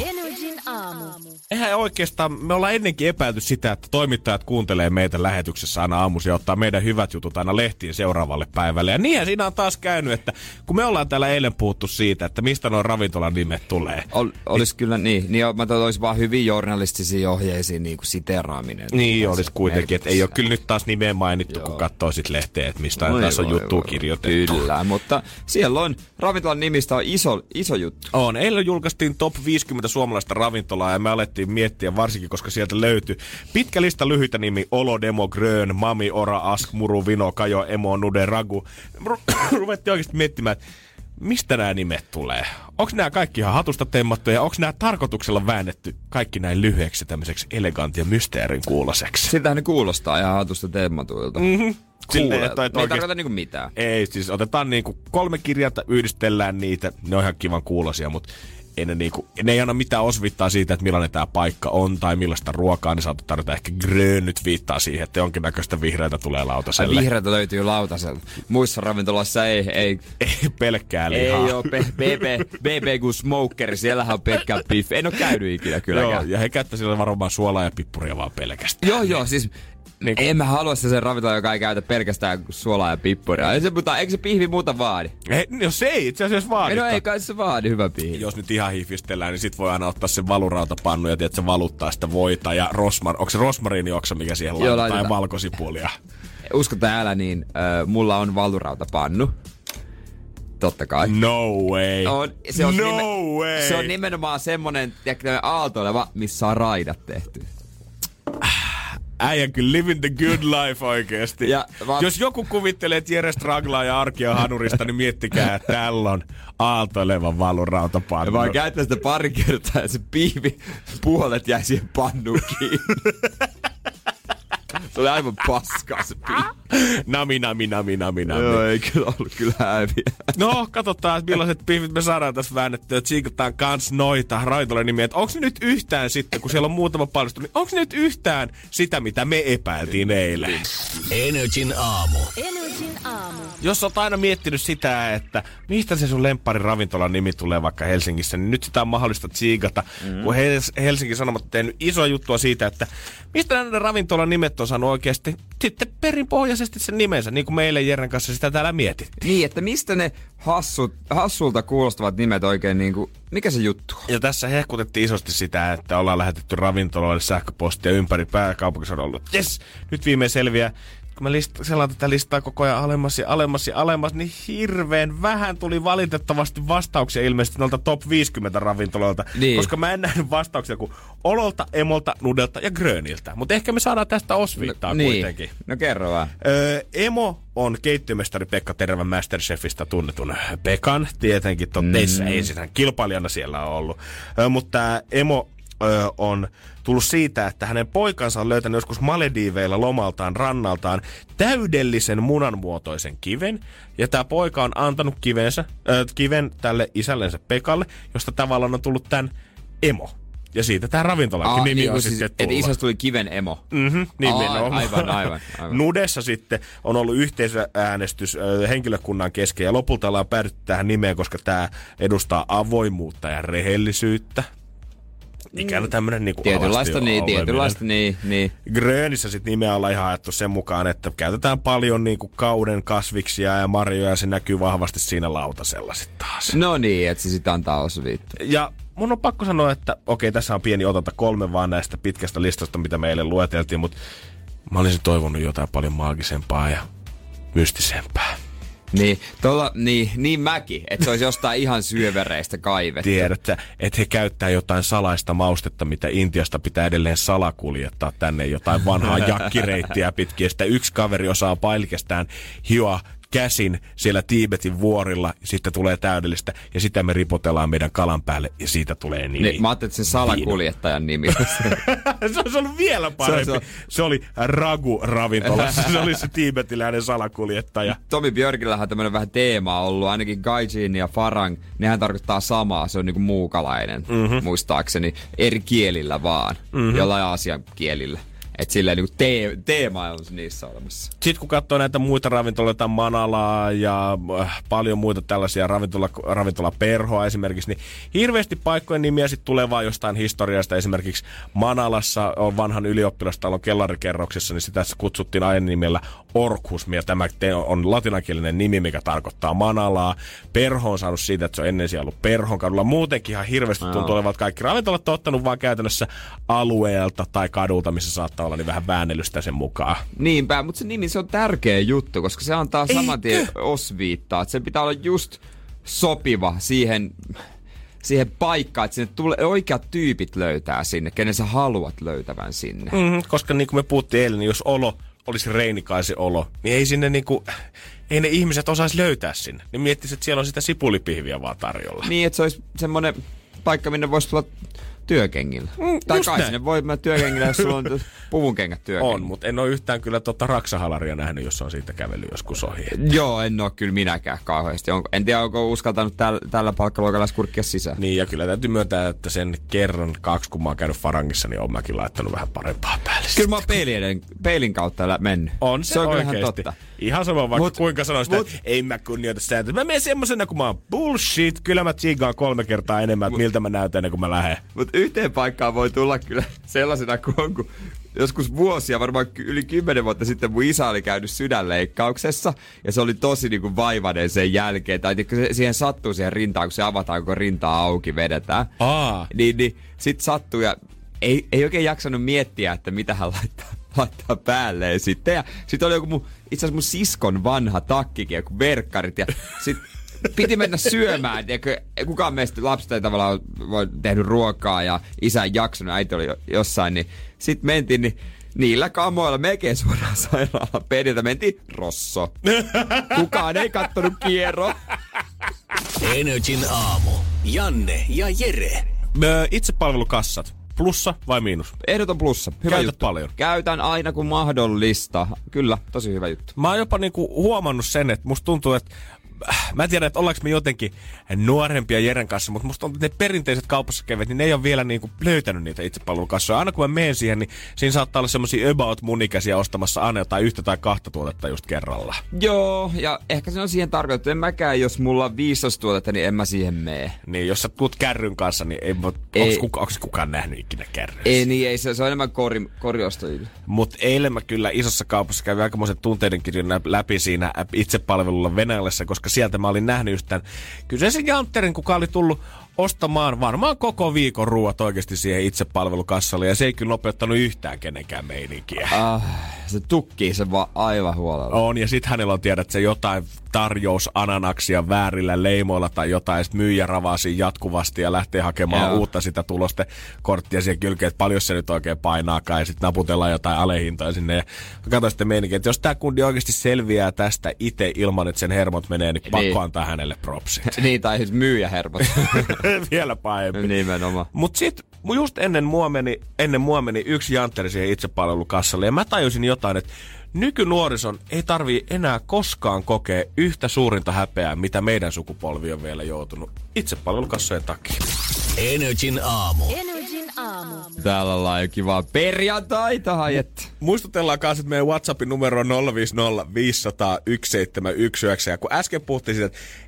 Eihän oikeastaan, me ollaan ennenkin epäilty sitä, että toimittajat kuuntelee meitä lähetyksessä aina aamuisin ja ottaa meidän hyvät jutut aina lehtiin seuraavalle päivälle. Ja niinhän siinä on taas käynyt, että kun me ollaan täällä eilen puhuttu siitä, että mistä nuo ravintolan nimet tulee. Olisi kyllä niin mä olisi vaan hyvin journalistisiin ohjeisiin niin kuin siteraaminen. Niin olisi kuitenkin, että ei ole kyllä nyt taas nimeä mainittu, kun katsoo sit lehteä, että mistä taas on juttua kirjoitettu. Kyllä, mutta siellä on ravintolan nimistä on iso juttu. On, eilen julkaistiin top 50 suomalaista ravintolaa ja me alettiin miettiä varsinkin, koska sieltä löytyi pitkä lista lyhyitä nimi Olo, Demo, Grön, Mami, Ora, Ask, Muru, Vino, Kajo, Emo, Nude, Ragu. Ruvettiin oikeasti miettimään, että mistä nämä nimet tulee? Onko nämä kaikki ihan hatusta temmattuja ja onko nämä tarkoituksella väännetty kaikki näin lyhyeksi tämmöiseksi elegantin ja mysteerin kuuloseksi? Siltähän ne kuulostaa ihan hatusta temmatuilta. Mhm. Silleen, että ei tarkoita niinku mitään. Ei, siis otetaan niinku 3 kirjainta, yhdistellään niitä. Ne on ihan kivan kuulosia, mutta ne ei anna mitään osvittaa siitä, että millainen tämä paikka on tai millaista ruokaa. Ne saattaa tarjota ehkä Grön nyt viittaa siihen, että jonkinnäköistä vihreätä tulee lautaselle. Vihreätä löytyy lautaselta. Muissa ravintolassa ei pelkkää lihaa. Ei oo BBQ Smokeri, siellähän on pelkkää beef. En oo käynyt ikinä kylläkään. Joo, ja he käyttää siellä varmaan suolaa ja pippuria vaan pelkästään. Joo, siis niin. En mä halua sen ravintola, joka ei käytä pelkästään suolaa ja pippuria. Eikö se pihvi muuta vaadi? Se ei itse asiassa vaadi. No ei kai se vaadi, hyvä pihvi. Jos nyt ihan hiifistellään, niin sit voi aina ottaa sen valurautapannu ja se valuttaa sitä voita ja onko se rosmariinioksa, mikä siihen laitetaan, tai valkosipulia. Usko täällä, niin mulla on valurautapannu. Totta kai. No way. Way. Se on nimenomaan semmonen aaltoileva, missä on raidat tehty. Äijä kyllä living the good life oikeesti. Jos joku kuvittelee, että Jere straglaa ja arki on hanurista, niin miettikää, että täällä on aaltoileva valurautapannu. Mä oon käyttänyt sitä pari kertaa ja se pihvi puolet jäi siihen pannuun kiinni. Se oli aivan paskaa se pihvi. Nami. Joo, ei kyllä ollut kyllä häviä. No, katsotaan, että millaiset pihvit me saadaan tässä väännettyä. Tsiikataan kans noita ravintolan nimiä. Onko nyt yhtään sitten, kun siellä on muutama paljastu, niin onko nyt yhtään sitä, mitä me epäiltiin eilen? Energin aamu. Jos olet aina miettinyt sitä, että mistä se sun lemppari ravintolan nimi tulee vaikka Helsingissä, niin nyt sitä on mahdollista tsiikata. Kun Helsingin Sanomat on tehnyt isoa juttua siitä, että mistä näiden ravintolan nimet on saanut oikeasti sitten perinpohjaisesti sen nimensä, niin kuin meille Jeren kanssa sitä täällä mietittiin. Niin, että mistä ne hassulta kuulostavat nimet oikein niinku, mikä se juttu? Ja tässä hehkutettiin isosti sitä, että ollaan lähetetty ravintoloille sähköpostia ympäri pääkaupunkiseudulla. Jes, nyt viimein selviää. Kun mä selaan tätä listaa koko ajan alemmas, niin hirveän vähän tuli valitettavasti vastauksia ilmeisesti noilta top 50 ravintoloilta. Niin. Koska mä en nähnyt vastauksia kuin Ololta, Emolta, Nudelta ja Gröniltä. Mutta ehkä me saadaan tästä osviittaa kuitenkin. No kerro vaan. Emo on keittiömestari Pekka Tervän Masterchefista tunnetun Pekan. Tietenkin teissä ei sitä kilpailijana siellä ole ollut. Mutta Emo on tullut siitä, että hänen poikansa on löytänyt joskus Malediiveilla lomaltaan rannaltaan täydellisen munanmuotoisen kiven. Ja tämä poika on antanut kiven tälle isällensä Pekalle, josta tavallaan on tullut tämän Emo. Ja siitä tämä ravintolakin nimi on sitten tullut. Että isästä tuli kiven Emo. Aivan. Nudessa sitten on ollut yhteisöäänestys henkilökunnan kesken ja lopulta ollaan päädytty tähän nimeen, koska tämä edustaa avoimuutta ja rehellisyyttä. Ikään tämmönen niinku tietynlaista, niin. Grönissä sit nimeä ollaan ihan ajattu sen mukaan, että käytetään paljon niinku kauden kasviksia ja marjoja ja se näkyy vahvasti siinä lautasella sit taas. No niin, että se sit antaa osviittaa. Ja mun on pakko sanoa, että okei, tässä on pieni otanta 3 vaan näistä pitkästä listasta, mitä meille lueteltiin, mutta mä olisin toivonut jotain paljon maagisempaa ja mystisempää. Niin mäkin, että se olisi jostain ihan syövereistä kaivettu. Tiedätkö, että he käyttää jotain salaista maustetta, mitä Intiasta pitää edelleen salakuljettaa tänne, jotain vanhaa jakkireittiä pitkin. Ja sitä yksi kaveri osaa pelkästään hioa käsin siellä Tiibetin vuorilla, sitten tulee täydellistä, ja sitä me ripotellaan meidän kalan päälle, ja siitä tulee nimi. Niin, mä ajattelin, että sen salakuljettajan nimi. Se olisi ollut vielä parempi. Se oli Ragu-ravintolassa. Se oli se tiibetiläinen salakuljettaja. Tommy Björkillähän tämmönen vähän teema ollut, ainakin Gaijin ja Farang, nehän tarkoittaa samaa, se on niinku muukalainen, muistaakseni, eri kielillä vaan, jollain Aasian kielillä. Että silleen niinku teema on niissä olemassa. Sitten kun katsoo näitä muita ravintoloita, Manalaa ja paljon muita tällaisia ravintolaperhoa esimerkiksi, niin hirveästi paikkojen nimiä sitten tulee vaan jostain historiasta. Esimerkiksi Manalassa on vanhan ylioppilastalon kellarikerroksessa, niin sitä kutsuttiin aina nimellä Orkhus, ja tämä on latinankielinen nimi, mikä tarkoittaa Manalaa. Perho on saanut siitä, että se on ennen siellä ollut Perhon kadulla. Muutenkin ihan hirveästi tuntuu olevat kaikki ravintolat on ottanut vaan käytännössä alueelta tai kadulta, missä saattaa olla niin vähän väännellystä sen mukaan. Niinpä, mutta se nimi se on tärkeä juttu, koska se antaa saman tien osviittaa. Että sen pitää olla just sopiva siihen paikkaan, että sinne tulee oikeat tyypit löytää sinne, kenen sä haluat löytävän sinne. Koska niin kuin me puhuttiin eilen, niin jos olo olisi Reinikaisen olo, niin ei sinne niinku, ei ne ihmiset osaisi löytää sinne. Ne miettisivät, että siellä on sitä sipulipihviä vaan tarjolla. Niin, että se olisi semmoinen paikka, minne voisi tulla työkengillä. Tai kai näin. Sinne voi mennä työkengillä, jos sulla on puvunkengät työkengillä. On, mutta en ole yhtään kyllä raksahalaria nähnyt, jos on siitä kävellyt joskus ohi. Joo, en ole kyllä minäkään kauheasti. En tiedä, onko uskaltanut tällä palkkaluokalla kurkkia sisään. Niin, ja kyllä täytyy myöntää, että sen kerran 2, kun mä oon käynyt Farangissa, niin oon mäkin laittanut vähän parempaa päälle. Kyllä mä oon peilin kautta mennyt. On se oikeesti. Totta. Ihan sama vaikka kuinka sanoisin, että ei mä kunnioita sääntöjä. Mä menen semmosena, kun mä oon bullshit. Kyllä mä tsiigaan 3 kertaa enemmän, että miltä mä näytän ennen kuin mä lähden. Mut yhteen paikkaan voi tulla kyllä sellaisena, kun joskus vuosia, varmaan yli 10 vuotta sitten mun isä oli käynyt sydänleikkauksessa. Ja se oli tosi niinku vaivainen sen jälkeen. Tai siihen sattuu siihen rintaan, kun se avataan, kun rintaa auki vedetään. Niin sit sattuu ja ei oikein jaksanut miettiä, että mitä hän laittaa päälleen sitten. Ja sit oli joku itse asiassa mun siskon vanha takkikin, joku verkkarit. Ja sit piti mennä syömään. Kukaan meistä lapsista ei tavallaan voi tehnyt ruokaa ja isä ei jaksanut, äiti oli jossain. Niin sit mentiin, niin niillä kamoilla melkein suoraan sairaalan pediltä mentiin Rosso. Kukaan ei kattonut kierro. NRJ:n aamu. Janne ja Jere. Itsepalvelukassat. Plussa vai miinus? Ehdoton plussa. Hyvä Käytät juttu. paljon? Käytän aina kun mahdollista. Kyllä, tosi hyvä juttu. Mä oon jopa niinku huomannut sen, että musta tuntuu, että mä en tiedä, että ollaanko me jotenkin nuorempia Jeren kanssa, mutta musta tuntuu, että ne perinteiset kaupassa kävät, niin ne ei ole vielä niinku löytänyt niitä itsepalvelukassoja. Aina kun mä menen siihen, niin siinä saattaa olla semmosia about munikäsiä ostamassa aina jotain 1 tai 2 tuotetta just kerralla. Joo, ja ehkä se on siihen tarkoitettu. En mäkään, jos mulla on 15 tuotetta, niin en mä siihen mene. Niin, jos sä tuut kärryn kanssa, niin onko kukaan nähnyt ikinä kärryä? Ei, se on enemmän koriostajille. Mut eilen mä kyllä isossa kaupassa kävin aikamoisen tunteiden kirjon läpi siinä itsepalvelulla Venäjässä, koska sieltä mä olin nähnyt just tämän kyseisen jantterin, kuka oli tullut ostamaan varmaan koko viikon ruuat oikeasti siihen itsepalvelukassalle, ja se ei kyllä nopeuttanut yhtään kenenkään meininkiä. Se tukkii se vaan aivan huolella. On, ja sit hänellä on tiedät se jotain tarjousananaksia väärillä leimoilla tai jotain, ja sit myyjä ravaa siinä jatkuvasti ja lähtee hakemaan uutta sitä tulostekorttia siihen kylkeen, että paljon se nyt oikein painaakaan, ja sit naputellaan jotain alehintoja sinne, ja katsoin sitten meininkiä, että jos tää kundi oikeasti selviää tästä itse ilman, että sen hermot menee, niin pakko antaa hänelle propsit. Niin, tai siis myyjä hermot. Vielä pahempi. Nimenomaan. Mut sit just ennen mua meni yksi jantteri siihen itsepalvelukassalle, ja mä tajusin jotain, että nykynuorison ei tarvii enää koskaan kokea yhtä suurinta häpeää, mitä meidän sukupolvi on vielä joutunut itsepalvelukassojen takia. NRJ:n aamu. Täällä ollaan jo kivaa perjantaita, hajet. Muistutellaan kanssa, että meidän WhatsAppin numero on 050 500 1719. Ja kun äsken puhuttiin siitä, että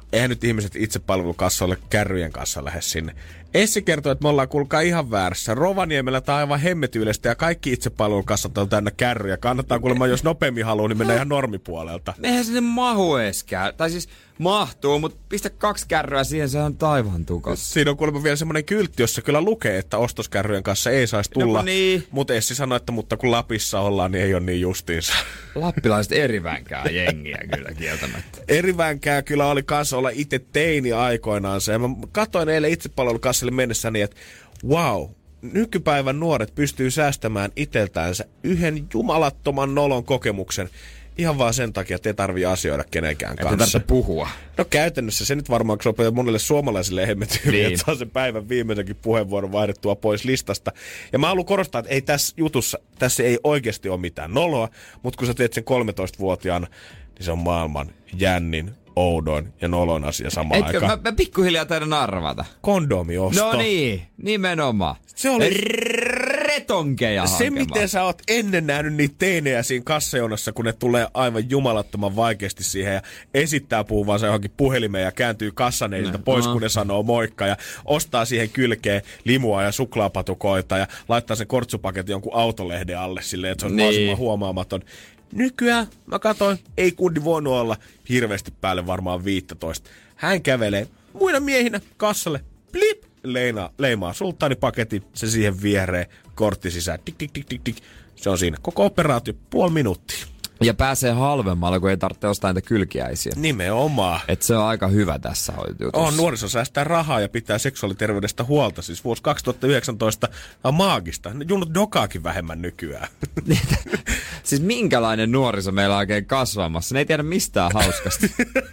eihän nyt ihmiset itsepalvelukassoille kärryjen kanssa lähde sinne. Essi kertoo, että me ollaan kuulkaa ihan väärässä. Rovaniemellä tää on aivan hemmetyylestä ja kaikki itsepalvelukassat on täynnä kärryjä. Kannattaa kuulemma, jos nopeammin haluaa, niin mennään ihan normipuolelta. Eihän sinne mahu eskään. Tai siis mahtuu, mutta pistä 2 kärryä siihen, se on taivaan tukossa. Siinä on kuulemma vielä semmoinen kyltti, jossa kyllä lukee, että ostoskärryjen kanssa ei saisi tulla. No, niin. Mutta Essi sanoi, että mutta kun Lapissa ollaan, niin ei ole niin justiinsa. Lappilaiset erivänkää jengiä kyllä kieltämättä. Erivänkää kyllä oli kanssa olla itse teini aikoinaan se. Mä katsoin eilen itsepalvelukassalle mennessäni, että wow, nykypäivän nuoret pystyy säästämään iteltäänsä yhden jumalattoman nolon kokemuksen. Ihan vaan sen takia, että ei tarvitse asioida kenenkään kanssa. Ei tarvitse puhua. No käytännössä se nyt varmaan sopii monelle suomalaisille hemmetyyliin, niin. Että saa sen päivän viimeisenkin puheenvuoron vaihdettua pois listasta. Ja mä haluan korostaa, että ei tässä jutussa, tässä ei oikeasti ole mitään noloa, mutta kun sä teet sen 13-vuotiaana, niin se on maailman jännin, oudoin ja nolon asia samaan aikaan. Mä pikkuhiljaa taidan arvata. Kondomiosto. No niin, nimenomaan. Se oli retonkeja se, miten sä oot ennen nähnyt niitä teinejä siinä kassajonossa, kun ne tulee aivan jumalattoman vaikeasti siihen ja esittää puhuvansa johonkin puhelimeen ja kääntyy kassaneilta pois, kun ne sanoo moikka ja ostaa siihen kylkeen limua ja suklaapatukoita ja laittaa sen kortsupaketin jonkun autolehden alle silleen, että se on mahdollisimman huomaamaton. Nykyään, mä katsoin, ei kundi voinut olla hirveästi päälle varmaan 15. Hän kävelee muina miehinä kassalle, blip, leimaa sulttaanipaketin, se siihen viereen, kortti sisään, tik, tik, tik, tik, tik. Se on siinä. Koko operaatio 0,5 minuuttia. Ja pääsee halvemmalla, kun ei tarvitse ostaa niitä kylkiäisiä. Nimenomaan. Et se on aika hyvä tässä jutussa. On, nuoriso säästää rahaa ja pitää seksuaaliterveydestä huolta. Siis vuosi 2019 on maagista. Junnut dokaakin vähemmän nykyään. Siis minkälainen nuoriso meillä on oikein kasvamassa? Ne ei tiedä mistään hauskasta.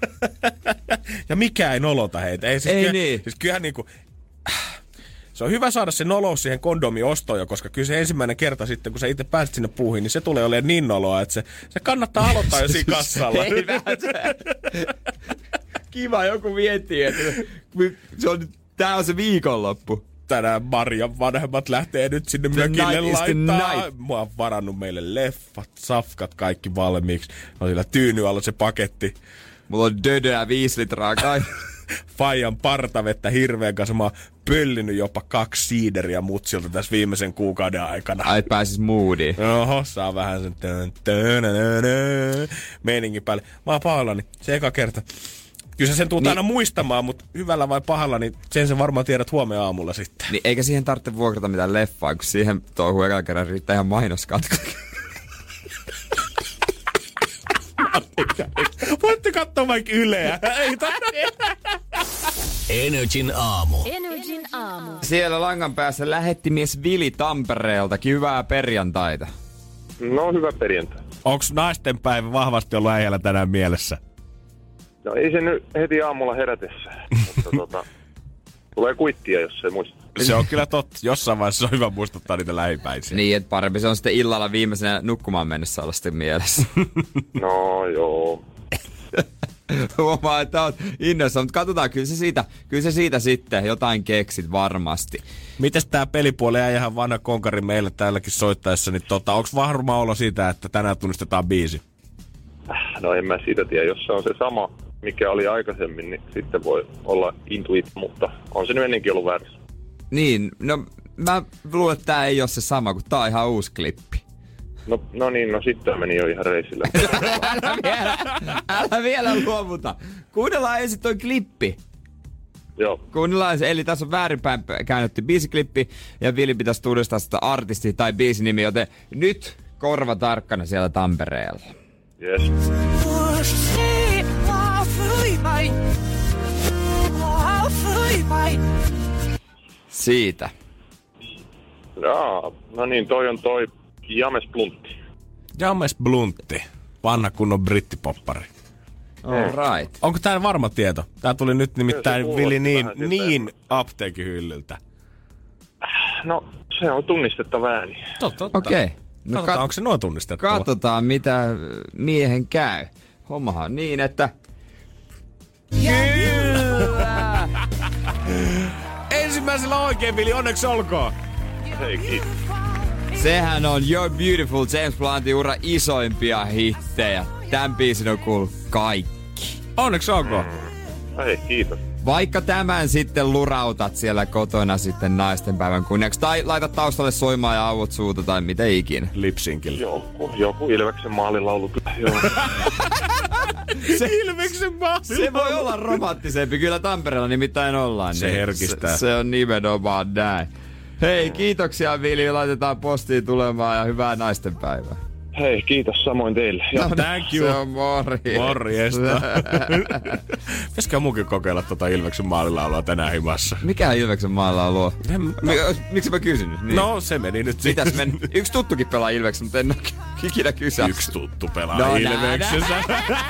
Ja mikä ei nolota heitä. Ei niin. Siis kyllähän niinku... Se on hyvä saada se nolous siihen kondomiostoon jo, koska kyllä se ensimmäinen kerta sitten, kun sä itse pääset sinne puuhiin, niin se tulee olemaan niin noloa, että se kannattaa aloittaa jo siinä kassalla. Kiva, joku miettii, että tää on se viikonloppu. Tänään Marjan vanhemmat lähtee nyt sinne mökille laittaa. Mä oon varannut meille leffat, safkat, kaikki valmiiksi. On sillä tyyny alla se paketti. Mulla on dödöä 5 litraa kai. Faijan partavettä hirveän kanssa. Mä oon pöllinyt jopa 2 siideriä mutsilta tässä viimeisen kuukauden aikana. Ai pääsis moodiin. Oho, saa vähän sen meiningin päälle. Mä oon pahoillani, se eka kerta. Kyllä sä sen tuut aina muistamaan, mutta hyvällä vai pahalla, niin sen varmaan tiedät huomenna aamulla sitten. Niin eikä siihen tarvitse vuokrata mitään leffaa, kun siihen touhuun ekalla kerran riittää ihan mainoskatko. Voitte katsoa vaikka Yleä. Energin aamu. Siellä langan päässä lähettimies Vili Tampereelta. Hyvää perjantaita. No, hyvä perjantai. Onks naistenpäivä vahvasti ollut äijällä tänään mielessä? No ei se nyt heti aamulla herätessä, mutta tulee kuittia, jos se muistaa. Se on kyllä totta. Jossain vaiheessa on hyvä muistuttaa niitä lähipäisiä. Niin, että parempi se on sitten illalla viimeisenä nukkumaan mennessä olla sitten mielessä. No joo. Huomaa, että oot innoissa, mutta katsotaan, kyllä se siitä sitten jotain keksit varmasti. Mites tää pelipuoli ja ihan vanha konkari meillä täälläkin soittaessa, niin onks varma olo siitä, että tänään tunnistetaan biisi? No en mä siitä tiedä, jos se on se sama, mikä oli aikaisemmin, niin sitten voi olla intuit, mutta on se nyt ennenkin ollut väärässä. Niin, no mä luulen, että tää ei ole se sama, kun tää on ihan uusi klippi. No niin, no sitten meni jo ihan reisille. Älä vielä luovuta. Kuunnellaan ensin toi klippi. Joo. Kuunnellaan se, eli tässä on väärinpäin käännetty biisiklippi, ja Vili pitäisi tunnistaa sitä artisti tai biisinimi, joten nyt korva tarkkana siellä Tampereella. Yes. Siitä. Jaa, no niin, toi on toi James Bluntti. James Bluntti. Vanha kunnon brittipoppari. Alright. Onko tää varma tieto? Tää tuli nyt nimittäin Vili niin apteekin hyllyltä. No, se on tunnistettava ääni. Totta. Okei. No onko se noin tunnistettava? Katsotaan, mitä miehen käy. Hommahan on niin, että... Kyllä! Ensimmäisellä oikein, Vili, onneksi olkoon. Hei, kiitos. Sehän on You're Beautiful, James Bluntin ura isoimpia hittejä. Tän biisin on kuullut kaikki. Onneksi olkoon. Hei, kiitos. Vaikka tämän sitten lurautat siellä kotona sitten naistenpäivän kunniaksi, tai laitat taustalle soimaan ja auvot suuta, tai mitä ikinä. Lipsinkillä. Joku Ilveksen maalilaulu. Joo. Ilveksen maalilaulu. Se voi olla romanttisempi. Kyllä Tampereella nimittäin ollaan. Se niin herkistää. Se on nimenomaan näin. Hei, kiitoksia Vili. Laitetaan postiin tulemaan ja hyvää naistenpäivää. Hei, kiitos samoin teille. No, thank you. Se on Morjesta. Pitäisikö muukin kokeilla Ilveksen maalilaulua tänään himassa? Mikä Ilveksen maalilaulu on? Miksi mä kysynyt? Niin. No, se meni nyt. Mitäs meni? Yksi tuttukin pelaa Ilveksen, mutta en ole ikinä kysyä. Yksi tuttu pelaa Ilveksessä.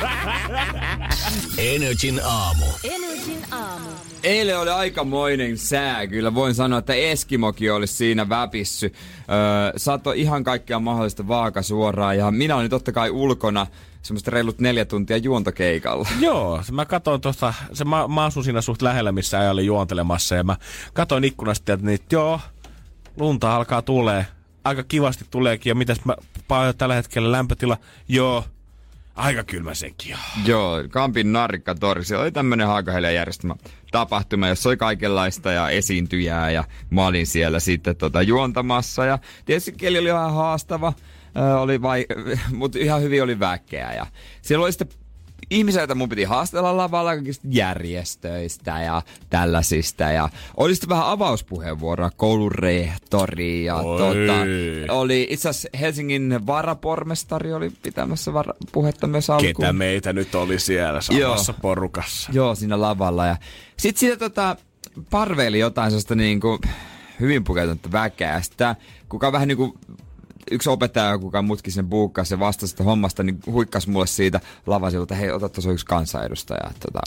Energin aamu. Eilen oli aikamoinen sää, kyllä voin sanoa, että Eskimokin olisi siinä väpissy. Sato ihan kaikkea mahdollista vaakasuoraan ja minä olin totta kai ulkona semmoista reilut 4 tuntia juontokeikalla. Joo, mä katsoin tuosta, mä asun siinä suht lähellä, missä äijä oli juontelemassa ja mä katsoin ikkunasta, että joo, lunta alkaa tulee. Aika kivasti tuleekin ja mitäs tällä hetkellä lämpötila, joo. Aika kylmä sekin. Joo, Kampin Narikkatori. Siellä oli tämmönen Haakaheilian järjestämä tapahtuma, jossa oli kaikenlaista ja esiintyjää. Ja mä olin siellä sitten juontamassa. Ja tietysti keli oli ihan haastava, mutta ihan hyvin oli väkeä. Ja siellä oli sitten ihmisiä, joita mun piti haastella lavalla kaikista järjestöistä ja tällaisista. Ja oli sitten vähän avauspuheenvuoroa koulun rehtori. Ja oli itse asiassa Helsingin varapormestari oli pitämässä puhetta myös alkuun. Ketä meitä nyt oli siellä samassa porukassa? Joo, siinä lavalla. Ja sitten siitä parveili jotain sellaista niinku hyvin pukeutunutta väkeä. Sitten kuka vähän niinku yksi opettaja, kuka mutkin sen buukkasi ja vastasi sitä hommasta, niin huikkasi mulle siitä lavasilta, hei, ota tuossa yksi kansanedustaja,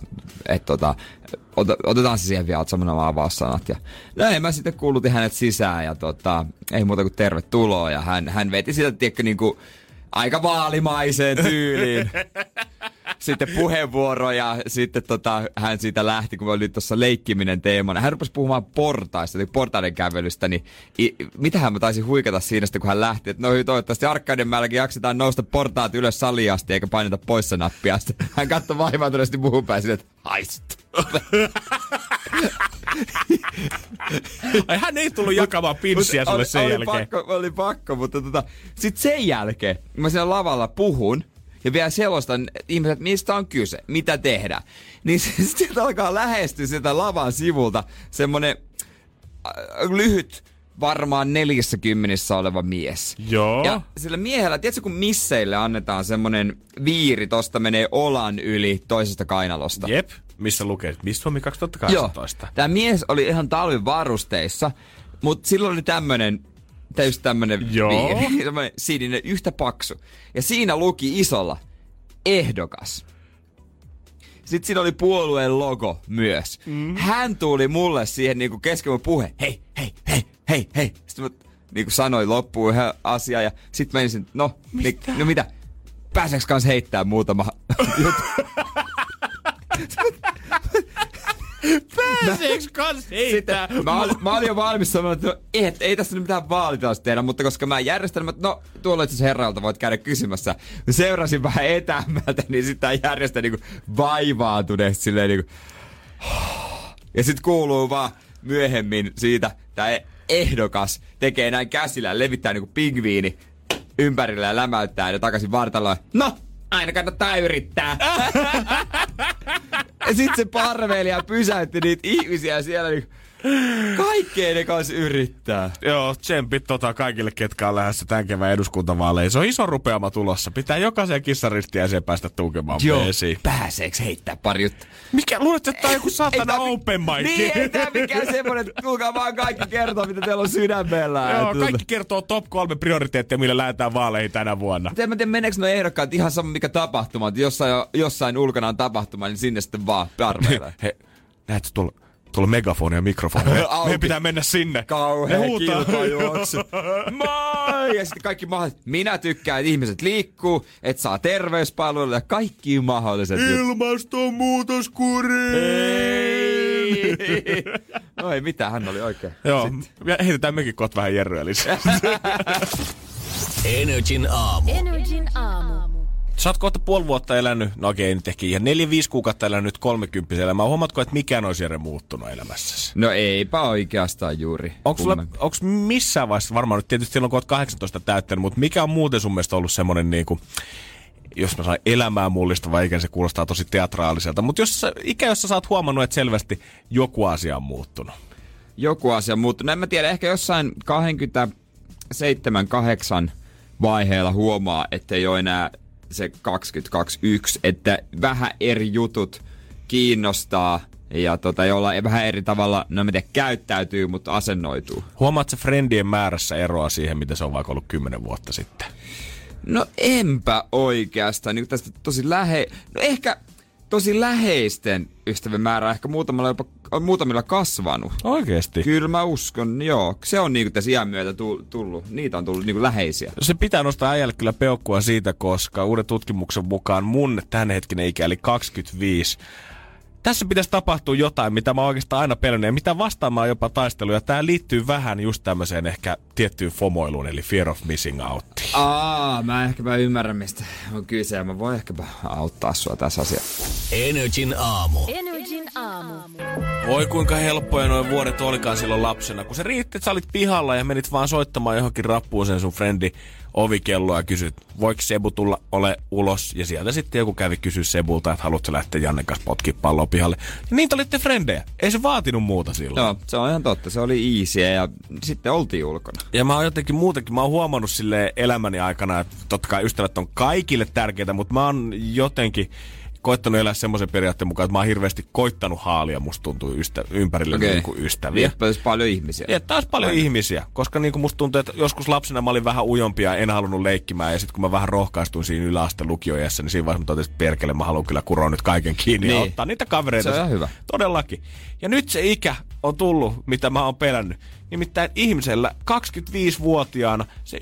otetaan se siihen vielä, oot samana avaussanat. Ja näin mä sitten kuulutin hänet sisään ja ei muuta kuin tervetuloa ja hän veti sitä, tiedätkö, niinku aika vaalimaiseen tyyliin. Sitten puheenvuoro ja sitten hän siitä lähti, kun oli tuossa leikkiminen teemana. Hän rupesi puhumaan portaista, eli portaiden kävelystä, niin mitähän mä taisin huikata siinä sitten, kun hän lähti. Että toivottavasti Arkadianmäelläkin jaksetaan nousta portaat ylös saliin asti, eikä paineta poissa nappia. Sitten hän katsoi vaivaantuneesti muuhun päin silleen, että haist. Ai hän ei tullut jakamaan pinssiä sulle sen jälkeen. Oli pakko, mutta sitten sen jälkeen mä siellä lavalla puhun. Ja vielä selostan ihmiset, mistä on kyse, mitä tehdään. Niin sitten alkaa lähestyä sitä lavan sivulta semmonen lyhyt, varmaan 40 oleva mies. Joo. Ja sillä miehellä, tiedätkö kun misseille annetaan semmonen viiri, tosta menee olan yli toisesta kainalosta. Jep, missä lukee, Miss Suomi 2018. Joo, tää mies oli ihan talvin varusteissa, mutta silloin oli tämmönen viiri, semmoinen sininen yhtä paksu. Ja siinä luki isolla ehdokas. Sitten siinä oli puolueen logo myös. Hän tuli mulle siihen niinku kesken mun puhe. Hei. Sitten mä niinku sanoin loppuun yhden asian ja sit menisin, no mitä? Pääseekö kans heittää muutama juttu? Pääseekö kans heittää? Mä olin jo valmis sanomaan, että ei tässä nyt mitään vaalitilasta tehdä, mutta koska mä järjestelmä, no tuolla itse asiassa herralta voit käydä kysymässä. Seurasin vähän etäämmältä, niin sitten tämä järjestä niinku vaivaantuneesti silleen niinku. Ja sit kuuluu vaan myöhemmin siitä, tää ehdokas tekee näin käsillä, levittää niinku pingviini ympärillä ja lämäyttää ja takaisin vartaloon. No! Aina kannattaa yrittää. Ja sit se parveilija pysäytti niitä ihmisiä siellä niin kaikkea ne kanssa yrittää. Joo, tsempit kaikille, ketkä on lähdössä tämän kevään eduskuntavaaleihin. Se on iso rupeama tulossa. Pitää jokaisen kissaristiäiseen päästä tukemaan esiin. Pääseeks heittää pari juttu? Mikä? Luulet, että tää on joku satana open mic? Niin, ei tää mikään semmonen, että tulkaa vaan kaikki kertoo, mitä teillä on sydämellä. Joo, kaikki kertoo top 3 prioriteetteja, millä lähdetään vaaleihin tänä vuonna. En mä tiedä, meneekö nuo ehdokkaat ihan sama mikä tapahtuma. Että jossain ulkona on tapahtuma, niin sinne sitten vaan parveillaan. He, näetkö tuolla megafoni ja mikrofoni. Meidän pitää mennä sinne. Kauhea kilpajuoksu. Moi! Ja sitten kaikki mahdolliset. Minä tykkään, että ihmiset liikkuu, että saa terveyspalveluja ja kaikki mahdolliset. Ilmastonmuutoskuri! Ei! No ei mitään, hän oli oikein. Joo, ja heitetään mekin kohta vähän jerryä lisää. Energin aamu. Sä oot kohta puoli vuotta elänyt, no okei, nyt ehkä ihan 4-5 kuukautta elänyt nyt 30 elämää. Huomaatko, että mikään olisi Jere muuttunut elämässäsi? No eipä oikeastaan juuri. Onko missään vaiheessa, varmaan nyt tietysti silloin kun oot 18 täyttänyt, mutta mikä on muuten sun mielestä ollut semmoinen niinku, jos mä sain elämää mullistava ikä, se kuulostaa tosi teatraaliselta, mutta jossa sä oot huomannut, että selvästi joku asia on muuttunut. Joku asia on muuttunut. En mä tiedä, ehkä jossain 27-8 vaiheella huomaa, ettei ole enää se 20-21, että vähän eri jutut kiinnostaa ja jolla vähän eri tavalla, no miten käyttäytyy, mutta asennoituu. Huomaatko sä friendien määrässä eroa siihen, mitä se on vaikka ollut 10 vuotta sitten? No enpä oikeastaan. Niin tästä ehkä tosi läheisten ystävien määrä ehkä muutamilla kasvanut. Oikeesti? Kyllä mä uskon, joo. Se on niinku tässä iän myötä tullut. Niitä on tullut niinku läheisiä. Se pitää nostaa äijälle kyllä peukkua siitä, koska uuden tutkimuksen mukaan mun tämänhetkinen ikä, eli 25, tässä pitäisi tapahtua jotain, mitä mä oikeastaan aina pelännyt ja mitä vastaan mä oon jopa taistellut. Ja tää liittyy vähän just tämmöiseen ehkä tiettyyn FOMOiluun, eli fear of missing out. Mä ymmärrän, mistä on kyse ja mä voin ehkäpä auttaa sua tässä asiassa. Energin aamu. Oi kuinka helppoja noin vuodet olikaan silloin lapsena, kun se riitti, että sä olit pihalla ja menit vaan soittamaan johonkin rappuun sen sun frendi ovikelloa ja kysyt, voiko Sebu tulla ulos? Ja sieltä sitten joku kävi kysyä Sebulta, että haluatko lähteä Jannen kanssa potkia palloa pihalle. Ja niin te olitte frendejä. Ei se vaatinut muuta silloin. Joo, se on ihan totta. Se oli easyä ja sitten oltiin ulkona. Ja mä oon jotenkin muutenkin, mä oon huomannut silleen elämäni aikana, että totta kai ystävät on kaikille tärkeitä, mutta mä oon jotenkin koittanut elää semmoisen periaatteen mukaan, että mä oon hirveästi koittanut haalia, musta tuntuu ympärille niinku ystäviä. Viettää paljon ihmisiä. Viettää paljon ihmisiä, koska niinku musta tuntuu, että joskus lapsena mä olin vähän ujompia, en halunnut leikkimään, ja sitten kun mä vähän rohkaistuin siinä yläasteen lukioiässä, niin siinä vaiheessa mä totesin, että perkele, mä haluan kyllä kuroa nyt kaiken kiinni ja ottaa niitä kavereita. Se on hyvä. Todellakin. Ja nyt se ikä on tullut, mitä mä oon pelännyt. Nimittäin ihmisellä 25-vuotiaana se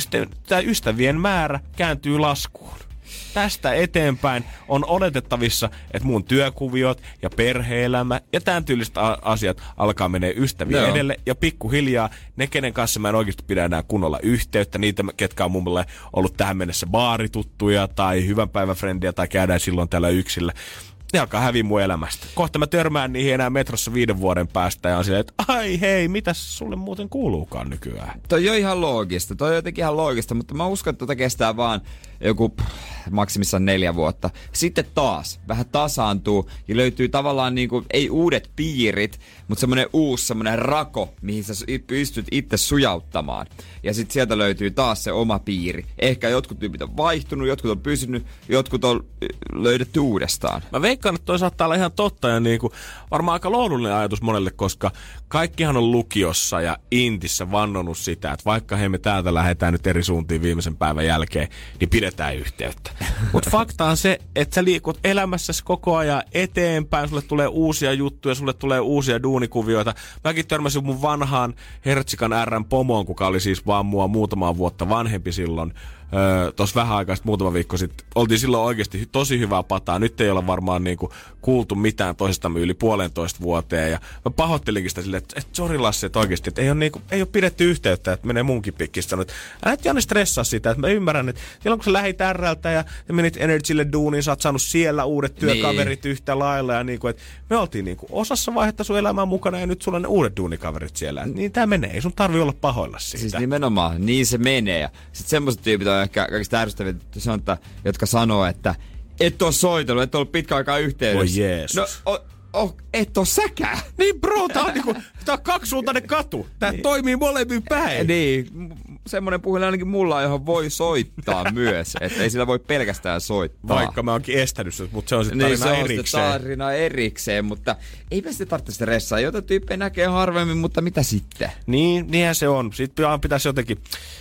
ystävien määrä kääntyy laskuun. Tästä eteenpäin on oletettavissa, että mun työkuviot ja perhe-elämä ja tämän tyyliset asiat alkaa menee ystävien edelle. Ja pikkuhiljaa ne, kenen kanssa mä en oikeasti pidä enää kunnolla yhteyttä, niitä, ketkä on mulle ollut tähän mennessä baarituttuja tai hyvän päivän frendiä tai käydään silloin täällä yksillä. Ne alkaa häviä mun elämästä. Kohta mä törmään niihin enää metrossa 5 vuoden päästä ja on silleen, että ai hei, mitäs sulle muuten kuuluukaan nykyään? Toi on ihan loogista, mutta mä uskon, että kestää vaan joku maksimissaan 4 vuotta. Sitten taas vähän tasaantuu ja löytyy tavallaan niinku, ei uudet piirit, mutta semmoinen rako, mihin sä pystyt itse sujauttamaan. Ja sitten sieltä löytyy taas se oma piiri. Ehkä jotkut tyypit on vaihtunut, jotkut on pysynyt, jotkut on löydetty uudestaan. Mä veikkaan, että toi saattaa olla ihan totta ja niinku, varmaan aika lohdullinen ajatus monelle, koska kaikkihan on lukiossa ja intissä vannonut sitä, että vaikka me täältä lähdetään nyt eri suuntiin viimeisen päivän jälkeen, niin pidetään yhteyttä. Mutta fakta on se, että sä liikut elämässäsi koko ajan eteenpäin, sulle tulee uusia juttuja, sulle tulee uusia duunikuvioita. Mäkin törmäsin mun vanhaan Hertsikan R:n pomoon, kuka oli siis vaan mua muutamaa vuotta vanhempi silloin. Tuossa vähän aikaa muutama viikko sitten. Oltiin silloin oikeasti tosi hyvää pataa. Nyt ei olla varmaan niinku kuultu mitään toisestamme yli 1,5 vuoteen. Ja mä pahoittelinkin sitä silleen, että sori Lassi, että oikeasti, että ei ole pidetty yhteyttä, että menee munkin pikkistä. Älä et Janne stressaa sitä, että mä ymmärrän, että silloin kun sä lähit R:ltä ja menit Energylle duuniin, sä oot saanut siellä uudet työkaverit yhtä lailla. Ja niinku, että me oltiin niinku osassa vaihetta sun elämää mukana ja nyt sulla on ne uudet duunikaverit siellä. Niin tää menee, ei sun tarvi olla pahoilla siitä. Siis nimenomaan, niin se menee. Ja sit semmoset tyypit on ehkä kaikista ärsyttäviä, jotka sanoo, että et oo soitellut, et oo ollut pitkä aikaa yhteydessä. Oi Jeesus. No, et oo säkään. Niin bro, tää on kaksisuuntainen katu. Tää toimii molemmin päin. Niin, semmonen puhelin ainakin mulla on, johon voi soittaa myös. Että ei sillä voi pelkästään soittaa. Vaikka mä oonkin estänyt sitä, mutta se on sitten tarina erikseen. Niin se on tarina erikseen, mutta eipä sitä tarvitse stressaa. Jotain tyyppejä näkee harvemmin, mutta mitä sitten? Niin, niinhän se on. Sitten pitäisi jotenkin...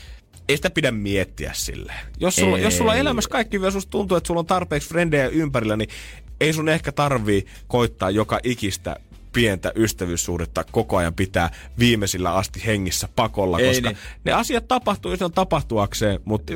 Ei sitä pidä miettiä silleen. Jos sulla elämässä kaikki vielä susta tuntuu, että sulla on tarpeeksi frendejä ympärillä, niin ei sun ehkä tarvii koittaa joka ikistä pientä ystävyyssuhdetta koko ajan pitää viimeisillä asti hengissä pakolla, koska ne asiat tapahtuu, jos ne on tapahtuakseen, mutta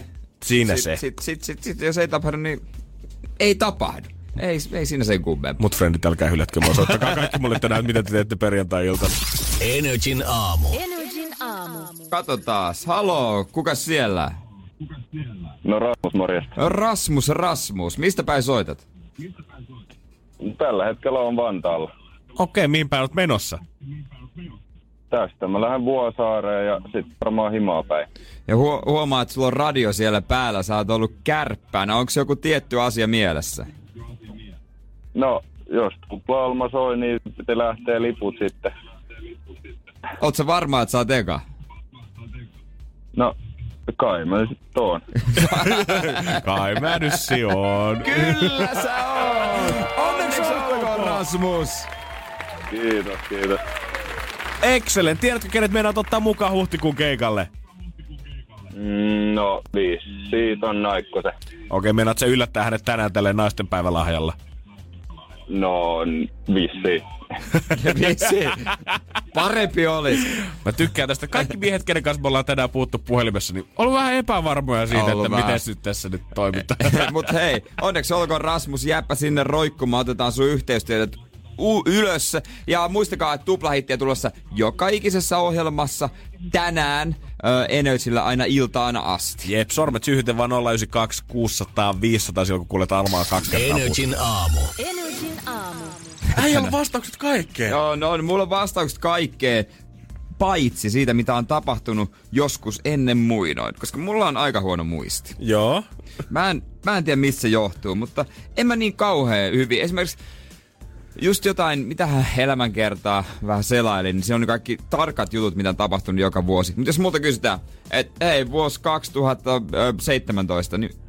siinä se. Sitten jos ei tapahdu, niin ei tapahdu. Ei siinä sen kummempaa. Mut frendit, älkää hylätkö mua. Soittakaa kaikki mulle tänään, mitä te teette perjantai-iltana. Energin aamu. Kato taas. Haloo, kuka siellä? No Rasmus, morjesta. Rasmus. Mistä päin soitat? Tällä hetkellä on Vantaalla. Okei, mihin päin olet menossa? Tästä mä lähden Vuosaareen ja sitten varmaan himaa päin. Ja huomaa, että sulla on radio siellä päällä. Sä oot ollut kärppäänä. Onko joku tietty asia mielessä? No, jos Tuplailma soi, niin pitää lähteä liput sitten. Oot sä varma, että sä oot eka? No, kai mä sitten oon. Kai mä nyt on. Kyllä sä oot! Onneksi olkoon, Rasmus! Kiitos. Excellent. Tiedätkö, kenet meinaat ottaa mukaan huhtikuun keikalle? No, siitä on Naikkosen. Okei, meinaat sä yllättää hänet tänään tälleen naistenpäivälahjalla? No, vissiin. Parempi olisi. Mä tykkään tästä. Kaikki miehet, kenen kanssa me ollaan tänään puhuttu puhelimessa, niin on vähän epävarmoja siitä, että miten nyt tässä nyt toimitaan. Mut hei, onneksi olkoon Rasmus, jääpä sinne roikkumaan, otetaan sun yhteystiedot ylös. Ja muistakaa, että tuplahittiä tulossa joka ikisessä ohjelmassa tänään Energyllä aina iltaana asti. Jep, sormet syyhyten vaan 092 600 500 silloin, kun kuulet armaa 2 kertaa. Energin aamu. Äijä on vastaukset kaikkeen. Joo, no mulla on vastaukset kaikkeen, paitsi siitä, mitä on tapahtunut joskus ennen muinoin. Koska mulla on aika huono muisti. Joo. Mä en tiedä, missä se johtuu, mutta en mä niin kauhean hyvin. Esimerkiksi just jotain, mitähän elämänkertaa vähän selailin, niin se on kaikki tarkat jutut, mitä on tapahtunut joka vuosi. Mutta jos multa kysytään, että hei, vuosi 2017, niin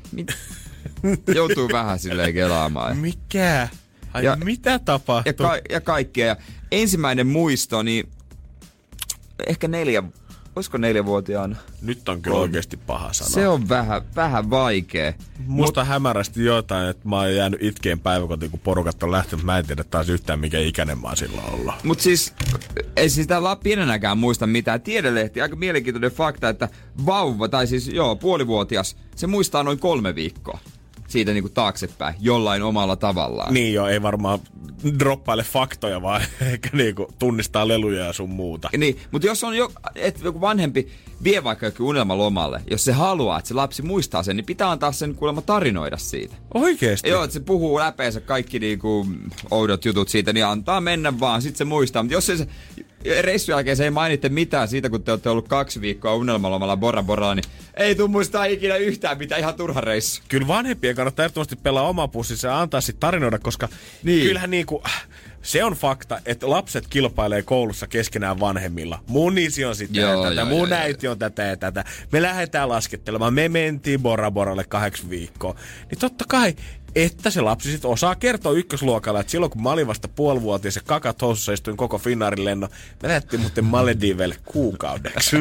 joutuu vähän silleen kelaamaan. Mikä? Ai ja, mitä tapahtui? Ja kaikkea. Ja ensimmäinen muisto, niin ehkä 4-vuotiaana. Nyt on kyllä oikeasti paha sanoa. Se on vähän vaikea. Musta hämärästi jotain, että mä oon jäänyt itkeen päiväkotiin, kun porukat on lähtenyt. Mä en tiedä taas yhtään, mikä ikäinen mä oon silloin ollut. Mut siis, ei sitä pienenäkään muista mitään. Tiedelehti, aika mielenkiintoinen fakta, että vauva, tai siis puolivuotias, se muistaa noin 3 viikkoa. Siitä niinku taaksepäin, jollain omalla tavallaan. Niin joo, ei varmaan droppaile faktoja, vaan eikä niinku tunnistaa leluja ja sun muuta. Niin, mutta jos on joku vanhempi vie vaikka joku unelmalomalle, jos se haluaa, että se lapsi muistaa sen, niin pitää antaa sen kuulemma tarinoida siitä. Oikeesti? Joo, että se puhuu läpeensä kaikki niinku oudot jutut siitä, niin antaa mennä vaan, sit se muistaa. Mutta jos se reissun jälkeen se ei mainitte mitään siitä, kun te olette ollut 2 viikkoa unelmalomalla Bora Boralla, niin ei tuu muistaa ikinä yhtään mitään, ihan turha reissu. Kyllä vanhempien kannattaa ehdottomasti pelaa oma pussissa ja antaa sit tarinoida, koska kyllähän niinku se on fakta, että lapset kilpailee koulussa keskenään vanhemmilla. Mun isi on sitten tätä, mun äiti on tätä ja tätä. Me lähdetään laskettelemaan, me mentiin Bora Boralle 8 viikkoa. Niin totta kai, että se lapsi sit osaa kertoa ykkösluokalla, että silloin kun mä olin vasta 5,5-vuotias ja kakat housussa istuin koko Finnairin lennon, me lähdettiin muuten Malediivelle kuukaudeksi.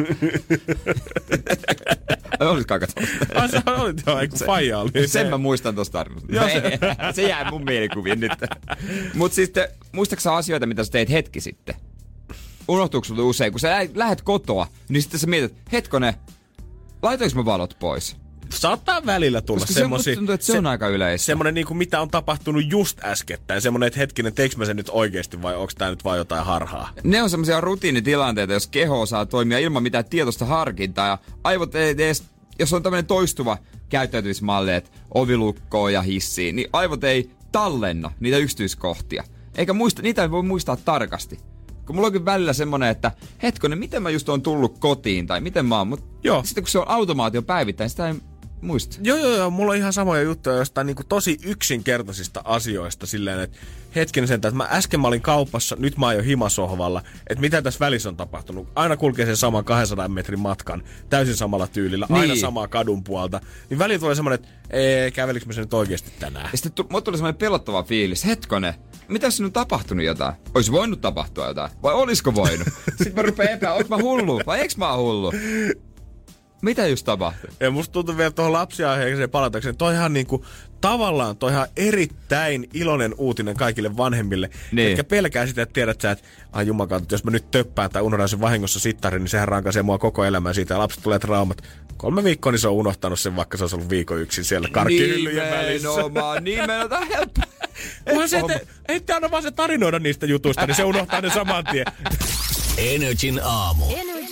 Olis kakat housussa. Se olit jo, eiku faija oli. Sen mä muistan tosta tarinasta. Se jää mun mielikuviin nyt. Mut sitten, muistatko sä asioita, mitä sä teit hetki sitten? Unohtuuko sulle usein? Kun sä lähet kotoa, niin sitten sä mietit, hetkonen, laitoinko mä valot pois? Saattaa välillä tulla semmosia. Tuntuu, että se on aika yleistä. Semmonen niinku mitä on tapahtunut just äskettäin. Semmonen, että hetkinen, teekö mä sen nyt oikeesti vai onko tää nyt vaan jotain harhaa? Ne on semmosia rutiinitilanteita, jos keho saa toimia ilman mitään tietoista harkintaa. Ja aivot ei edes, jos on tämmönen toistuva käyttäytymismalli, että ovilukkoon ja hissiin, niin aivot ei tallenna niitä yksityiskohtia. Eikä niitä ei voi muistaa tarkasti. Kun mulla onkin välillä semmonen, että hetkonen, miten mä just oon tullut kotiin tai miten mä oon. Mut sitten kun se on automaatio päivittäin, sitä ei muista. Joo, mulla on ihan samoja juttuja jostain niinku tosi yksinkertaisista asioista silleen, että hetkinen sen, että äsken mä olin kaupassa, nyt mä oon jo himasohvalla, että mitä tässä välissä on tapahtunut. Aina kulkee sen saman 200 metrin matkan, täysin samalla tyylillä, aina samaa kadun puolta. Niin väliin tulee semmonen, että kävelikö mä sen nyt oikeesti tänään? Ja sitten mulle tuli semmonen pelottava fiilis, hetkonen, mitä jos on tapahtunut jotain? Ois voinut tapahtua jotain? Vai olisiko voinut? Sitten mä rupeen onko mä hullu vai eiks mä hullu? Mitä just tapahtui? Ja musta tuntuu vielä tuohon lapsiaiheeseen palatakseen, toihan niinku tavallaan toihan erittäin iloinen uutinen kaikille vanhemmille, jotka pelkää sitä, että tiedät sä, että jumakautta, että jos mä nyt töppään tai unohdan sen vahingossa sittarin, niin sehän rankaisee mua koko elämää siitä ja lapset tulee traumat. 3 viikkoa, niin se on unohtanut sen, vaikka se olisi ollut viikon yksin siellä karkkihyllyjen välissä. Nimenomaan helppo. Ette anna vaan se tarinoida niistä jutuista, niin se unohtaa ne saman tien. Energin aamu.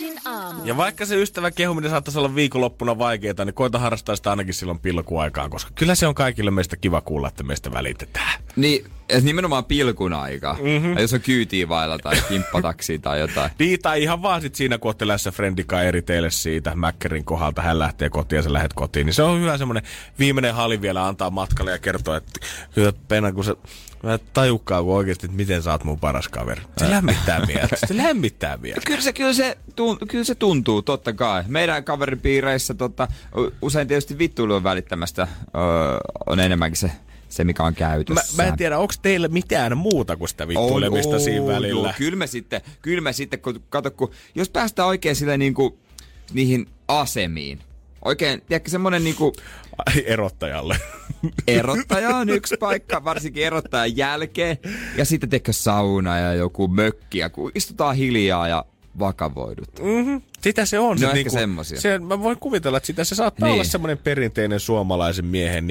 Ja vaikka se ystävän kehuminen saattaisi olla viikonloppuna vaikeaa, niin koita harrastaa sitä ainakin silloin pilkuaikaan, koska kyllä se on kaikille meistä kiva kuulla, että meistä välitetään. Niin, nimenomaan pilkun aika. Mm-hmm. Jos on kyytiä vailla tai kimppataksi tai jotain. Niin, tai ihan vaan sit siinä, kun ootte lässä friendikaan eri teille siitä Mäkkärin kohdalta, hän lähtee kotiin ja sä lähet kotiin, niin se on hyvä semmonen viimeinen hali vielä antaa matkalle ja kertoa, että kyllä Penna, kun mä et tajukkaa kun oikeesti, että miten sä oot mun paras kaveri. Se lämmittää mieltä. Kyllä se tuntuu, totta kai. Meidän kaveripiireissä usein tietysti vittuilun välittämästä on enemmänkin se, mikä on käytössä. Mä en tiedä, onko teillä mitään muuta kuin sitä vittuilemista siinä välillä? Kyllä me sitten, kun jos päästään oikein sille niinku niihin asemiin. Oikein, tiedätkö, semmonen niinku... Erottajalle. Erottaja on yksi paikka, varsinkin erottajan jälkeen. Ja sitten teekö sauna ja joku mökki, ja kun istutaan hiljaa ja vakavoidut. Mm-hmm. Sitä se on. Ne on ehkä semmosia. Mä voin kuvitella, että se saattaa olla semmoinen perinteinen suomalaisen miehen,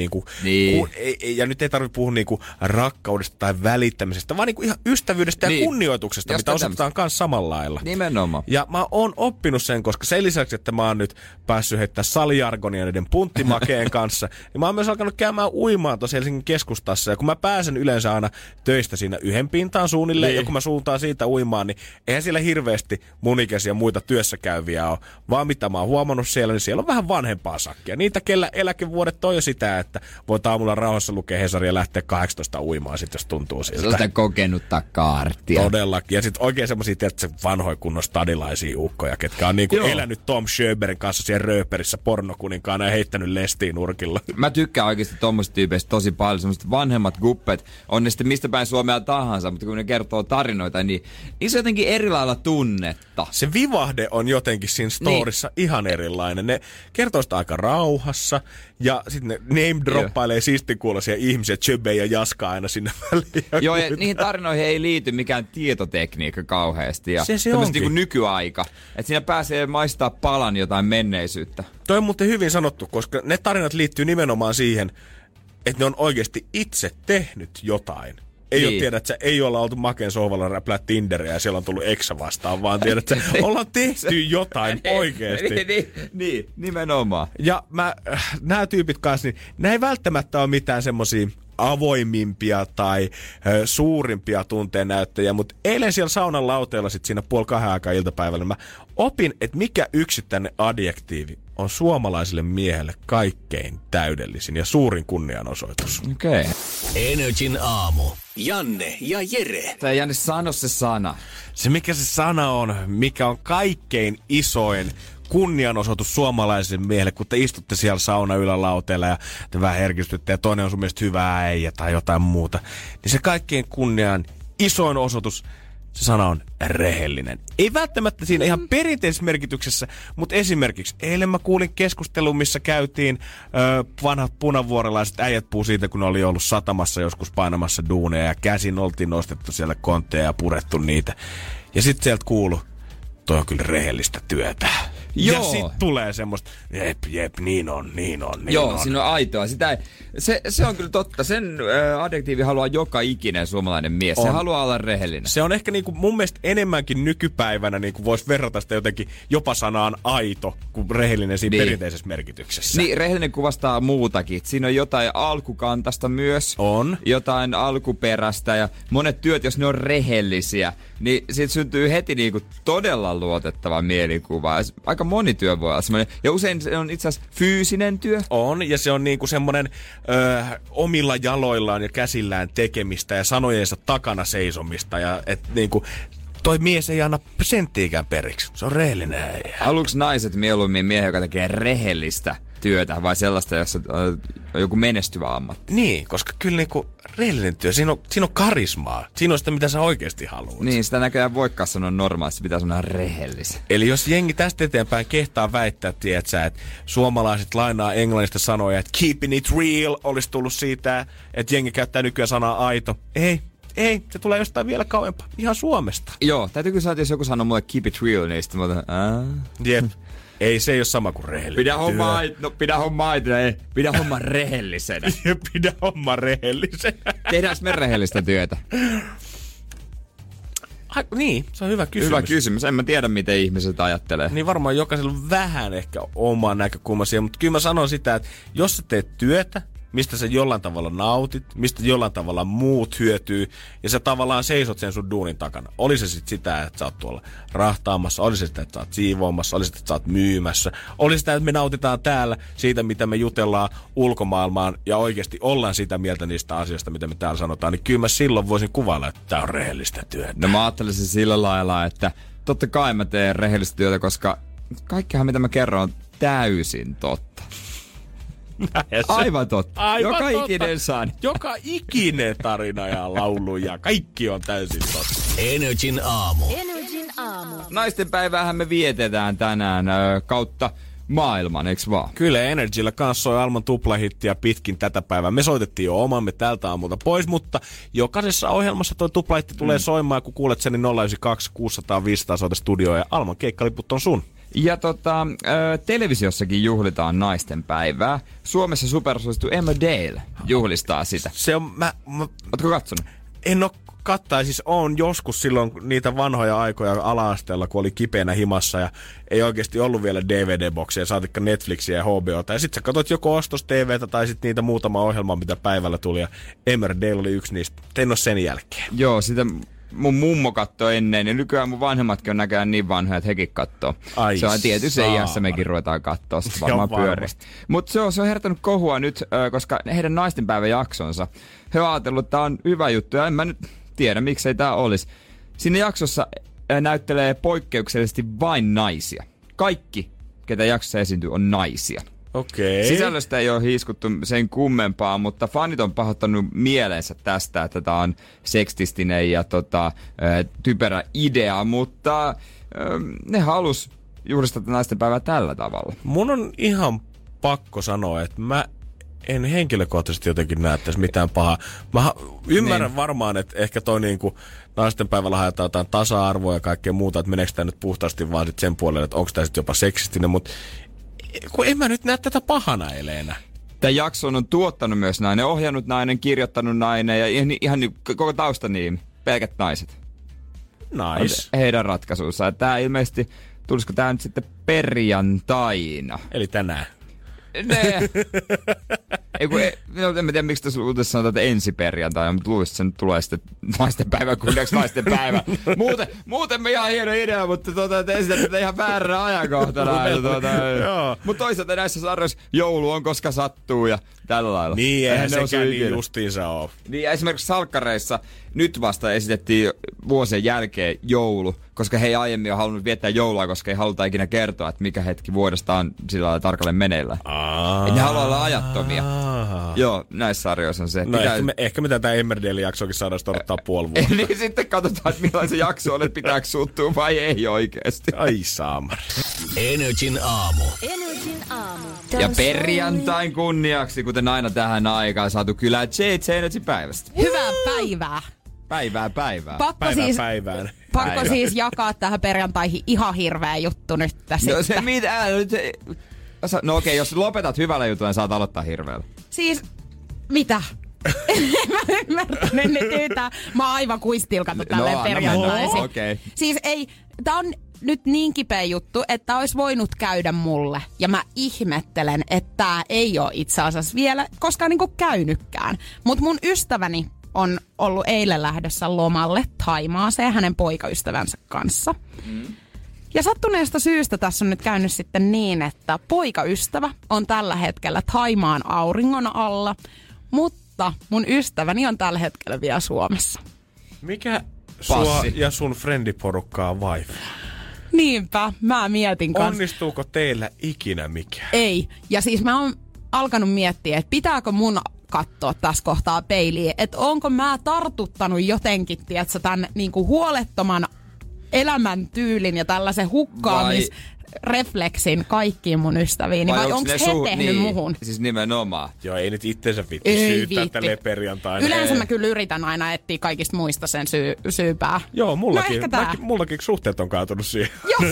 ja nyt ei tarvitse puhua rakkaudesta tai välittämisestä, vaan ihan ystävyydestä ja kunnioituksesta, mitä osoitetaan myös samalla lailla. Nimenomaan. Ja mä oon oppinut sen, koska sen lisäksi, että mä oon nyt päässyt heittää salijargonia niiden punttimakeen kanssa, niin mä oon myös alkanut käymään uimaan tuossa Helsingin keskustassa, ja kun mä pääsen yleensä aina töistä siinä yhden pintaan suunnilleen, ja kun mä suuntaan siitä uimaan, niin eihän siellä hirveästi mun ikäisiä muita työssä käyviä on, vaan mitä mä oon huomannut siellä, niin siellä on vähän vanhempaa sakkia. Niitä, kellä eläkevuodet on jo sitä, että voi aamulla rauhassa lukea Hesaria ja lähteä 18 uimaan, sit, jos tuntuu siltä. Sellaista kokenutta kaartia. Todellakin. Ja sitten oikein semmosia, tiedätkö, vanhoja kunnon stadilaisia ukkoja, ketkä on elänyt Tom Schöberin kanssa siellä rööperissä pornokuninkaana ja heittänyt lestiin nurkilla. Mä tykkään oikeasti tommosista tyypeistä tosi paljon. Semmoiset vanhemmat guppet, on ne sitten mistä päin Suomea tahansa, mutta kun ne kertoo tarinoita, niin se on jotenkin eri lailla tunnetta. Se vivahde on jotenkin siinä storissa ihan erilainen. Ne kertoo sitä aika rauhassa ja sitten ne name-droppailee siistikuuloisia ihmisiä, Chöbe ja Jaska aina sinne väliin. Joo, ja niihin tarinoihin ei liity mikään tietotekniikka kauheasti. Ja se onkin. Niin kuin nykyaika. Että siinä pääsee maistaa palan jotain menneisyyttä. Toi on muuten hyvin sanottu, koska ne tarinat liittyy nimenomaan siihen, että ne on oikeasti itse tehnyt jotain. Ei ole tiedä, että ei olla oltu makeen sohvalla räplää Tinderiä ja siellä on tullut eksä vastaan, vaan tiedät, että ollaan tehty jotain oikeesti. Niin, nimenomaan. Ja nämä tyypit kanssa, niin nämä ei välttämättä ole mitään semmosia avoimimpia tai suurimpia tunteenäyttäjiä, mutta eilen siellä saunan lauteella sit siinä 1:30 aikaa iltapäivällä mä opin, että mikä yksittäinen adjektiivi on suomalaiselle miehelle kaikkein täydellisin ja suurin kunnianosoitus. Okei. Energin aamu. Janne ja Jere. Tai Janne, sano se sana. Se mikä se sana on, mikä on kaikkein isoin kunnianosoitus suomalaiselle miehelle, kun te istutte siellä sauna ylälauteella ja te vähän herkistytte ja toinen on sun mielestä hyvä äijä tai jotain muuta, niin se kaikkein kunnian isoin osoitus, se sana on rehellinen. Ei välttämättä siinä ihan perinteisessä merkityksessä, mutta esimerkiksi eilen mä kuulin keskustelun, missä käytiin vanhat punavuorelaiset äijät puhuu siitä, kun ne oli ollut satamassa joskus painamassa duuneja ja käsin oltiin nostettu siellä kontteja ja purettu niitä. Ja sitten sieltä kuului, toi on kyllä rehellistä työtä. Joo. Ja sit tulee semmoista, jep, niin on. Joo, siinä on aitoa. Se on kyllä totta. Sen adjektiivi haluaa joka ikinen suomalainen mies. Se haluaa olla rehellinen. Se on ehkä niinku mun mielestä enemmänkin nykypäivänä niinku vois verrata sitä jotenkin jopa sanaan aito kuin rehellinen siinä perinteisessä merkityksessä. Niin, rehellinen kuvastaa muutakin. Siinä on jotain alkukantasta myös. On. Jotain alkuperäistä ja monet työt, jos ne on rehellisiä, niin siitä syntyy heti niinku todella luotettava mielikuva. Aika moni työ voi olla semmoinen. Ja usein se on itse asiassa fyysinen työ. On, ja se on niinku semmoinen omilla jaloillaan ja käsillään tekemistä ja sanojensa takana seisomista. Ja et niinku, toi mies ei anna senttiikään periksi. Se on rehellinen. Haluatko naiset mieluummin miehen, joka tekee rehellistä työtä vai sellaista, jossa on joku menestyvä ammatti? Niin, koska kyllä niinku rehellinen työ, siinä on karismaa. Siinä on sitä, mitä sä oikeasti haluat. Niin, sitä näköjään voikaan sanoa normaalisti, pitää sanoa rehellisen. Eli jos jengi tästä eteenpäin kehtaa väittää, tiedätkö, että suomalaiset lainaa englannista sanoja, että keeping it real olisi tullut siitä, että jengi käyttää nykyään sanaa aito. Ei, se tulee jostain vielä kauempaa. Ihan Suomesta. Joo, täytyy kyllä sanoa, että jos joku sanoo mulle keep it real, niin sitten mä otan, Jep. Ei se ei ole sama kuin rehellinen. Pidä homma rehellisenä. Pidä homma rehellisenä. Tehdäänkö me rehellistä työtä? Niin, se on hyvä kysymys. Hyvä kysymys. En mä tiedä, miten ihmiset ajattelee. Niin varmaan jokaisella on vähän ehkä oma näkökulma siihen, mutta kyllä mä sanon sitä, että jos sä teet työtä, mistä sä jollain tavalla nautit, mistä jollain tavalla muut hyötyy, ja sä tavallaan seisot sen sun duunin takana. Oli se sitten sitä, että sä oot tuolla rahtaamassa, oli se sitä, että sä oot siivoamassa, oli se sitä, että sä oot myymässä, oli sitä, että me nautitaan täällä siitä, mitä me jutellaan ulkomaailmaan, ja oikeasti ollaan sitä mieltä niistä asioista, mitä me täällä sanotaan, niin kyllä mä silloin voisin kuvailla, että tää on rehellistä työtä. No mä ajattelisin sillä lailla, että totta kai mä teen rehellistä työtä, koska kaikkihan mitä mä kerron on täysin totta. Aivan totta. Joka ikinen san. Joka ikinen tarina ja laulu ja kaikki on täysin totta. Energin aamu. Naisten päiväähän me vietetään tänään kautta maailman, eiks vaan? Kyllä, Energyllä kanssa soi Alman tuplahittiä pitkin tätä päivää. Me soitettiin jo omamme tältä aamulta pois, mutta jokaisessa ohjelmassa toi tuplahitti tulee soimaan. Kun kuulet sen, niin 092 600 500 soita studioon ja Alman keikkaliput on sun. Ja televisiossakin juhlitaan naisten päivää. Suomessa supersuosittu Emmerdale juhlistaa sitä. Se on, Ootko katsonut? En oo kattaa, siis on joskus silloin niitä vanhoja aikoja ala-asteella, kun oli kipeänä himassa ja ei oikeasti ollut vielä DVD-boksia, saatikka Netflixiä ja HBOta. Ja sit sä katsot joko ostos TVtä tai sit niitä muutama ohjelmaa, mitä päivällä tuli. Ja Emmerdale oli yksi niistä. Tein ole sen jälkeen. Joo, sitä mun mummo kattoo ennen, ja nykyään mun vanhemmatkin on näköjään niin vanhoja, että hekin kattoo. Ai se on tietysti iässä mekin ruvetaan kattoo, sitten varmaan pyörii. Mutta se on herättänyt kohua nyt, koska heidän naistenpäivän jaksonsa, he on ajatellut, että tää on hyvä juttu, ja en mä nyt tiedä, miksei tää olisi. Siinä jaksossa näyttelee poikkeuksellisesti vain naisia. Kaikki, ketä jaksossa esiintyy, on naisia. Okei. Sisällöstä ei ole hiiskuttu sen kummempaa, mutta fanit on pahoittanut mieleensä tästä, että tämä on seksistinen ja typerä idea, mutta ne halus juhlistaa naisten päivää tällä tavalla. Mun on ihan pakko sanoa, että mä en henkilökohtaisesti jotenkin näe tässä mitään pahaa. Mä ymmärrän varmaan, että ehkä toi niinku naisten päivällä haetaan jotain tasa-arvoa ja kaikkea muuta, että meneekö tää nyt puhtaasti vaan sit sen puolelle, että onko tää sit jopa seksistinen, mutta kun en mä nyt näe tätä pahana eleenä. Tämä jakson on tuottanut myös nainen, ohjannut nainen, kirjoittanut nainen ja ihan koko tausta niin, pelkät naiset. Nice. Heidän ratkaisunsa. Tämä ilmeisesti, tulisiko tämä nyt sitten perjantaina? Eli tänään. En tiedä, miksi tässä uutessa sanotaan, että ensi perjantaina, mutta luulisin, että sen tulee sitten naisten päivä, kunniaksi naisten päivä. Muuten me ihan hieno idea, mutta esitetään ihan vääränä ajankohtana. Mutta toisaalta näissä sarjoissa joulu on, koska sattuu ja tällä lailla. Niin, eihän sekään niin justiinsa ole. Niin, ja esimerkiksi salkkareissa nyt vasta esitettiin vuosien jälkeen joulu, koska he ei aiemmin ole halunnut viettää joulua, koska ei haluta ikinä kertoa, että mikä hetki vuodesta on sillä lailla tarkalleen meneillään. Ne haluaa olla ajattomia. Joo, näissä sarjoissa on se. No ehkä me tätä Emmerdale-jaksoakin saadaan odottaa puoli vuotta. Niin sitten katsotaan, että millainen se jakso on, että pitääkö suuttua vai ei oikeasti. Ai saamari. Energin aamu. Ja perjantain kunniaksi, kuten aina tähän aikaan, saatu kyllä Energy päivästä. Hyvää päivää. Päivää. Pakko siis jakaa tähän perjantaihin ihan hirveä juttu nyt sitten. No se mitä? No okei, jos lopetat hyvällä jutulla, niin saat aloittaa hirveällä. Siis, mitä? Mä ymmärtänyt nyt yhtään. Mä oon aivan kuistilkattu tälleen perjantaisin. Okay. Siis ei, tää on nyt niin kipeä juttu, että olisi voinut käydä mulle. Ja mä ihmettelen, että tää ei ole itse asiassa vielä koskaan niinku käynytkään. Mut mun ystäväni on ollut eilen lähdössä lomalle Thaimaaseen hänen poikaystävänsä kanssa. Ja sattuneesta syystä tässä on nyt käynyt sitten niin, että poikaystävä on tällä hetkellä Thaimaan auringon alla, mutta mun ystäväni on tällä hetkellä vielä Suomessa. Mikä sua ja sun friendiporukkaa vaivaa? Niinpä, mä mietin kanssa. Onnistuuko teillä ikinä mikään? Ei, ja siis mä oon alkanut miettiä, että pitääkö mun katsoa tässä kohtaa peiliin, että onko mä tartuttanut jotenkin, tiedätkö, tämän niinku huolettoman elämäntyylin ja tällaisen hukkaamisrefleksin kaikkiin mun ystäviin, vai onko he tehnyt muhun? Siis nimenomaan. Joo, ei nyt itsensä syyttää tälleen perjantaina. Yleensä mä kyllä yritän aina etsiä kaikista muista sen syypää. Joo, mullakin suhteet on kaatunut siihen.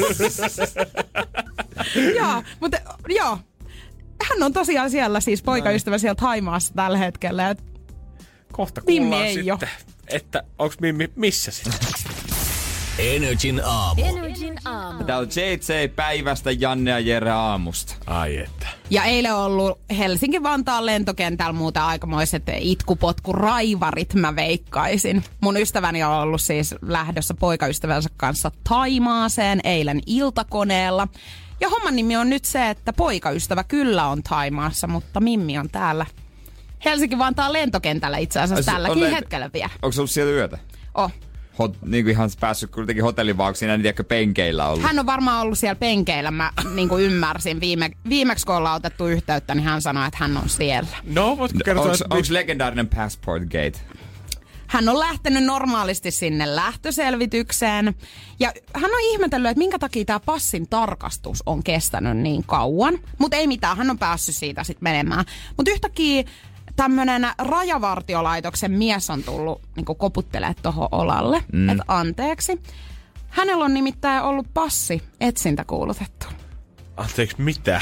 Joo, mutta joo. Hän on tosiaan siellä siis poikaystävä siellä Thaimaassa tällä hetkellä. Kohta kuullaan sitten, että onks Mimmi missä sitten? Energin aamu. Tää on JJ päivästä, Janne ja Jere aamusta. Ai että. Ja eilen on ollut Helsinki-Vantaan lentokentällä muuten aikamoiset itkupotkuraivarit, mä veikkaisin. Mun ystäväni on ollut siis lähdössä poikaystävänsä kanssa Thaimaaseen eilen iltakoneella. Ja homman nimi on nyt se, että poikaystävä kyllä on Thaimaassa, mutta Mimmi on täällä Helsinki-Vantaan lentokentällä itse asiassa tälläkin hetkellä vielä. Onko se ollut siellä yötä? Niin kuin ihan päässyt kuitenkin hotellivauksiin, siinä tiedätkö penkeillä ollut. Hän on varmaan ollut siellä penkeillä, mä niin kuin ymmärsin. Viimeksi kun ollaan otettu yhteyttä, niin hän sanoi, että hän on siellä. No, voitko kertoa, onko legendaarinen Passport Gate? Hän on lähtenyt normaalisti sinne lähtöselvitykseen. Ja hän on ihmetellyt, että minkä takia tämä passin tarkastus on kestänyt niin kauan. Mutta ei mitään, hän on päässyt siitä sitten menemään. Mutta yhtäkkiä tämmönen rajavartiolaitoksen mies on tullut niin koputtelemaan tuohon olalle, että anteeksi. Hänellä on nimittäin ollut passi etsintä kuulutettu. Anteeksi, mitä?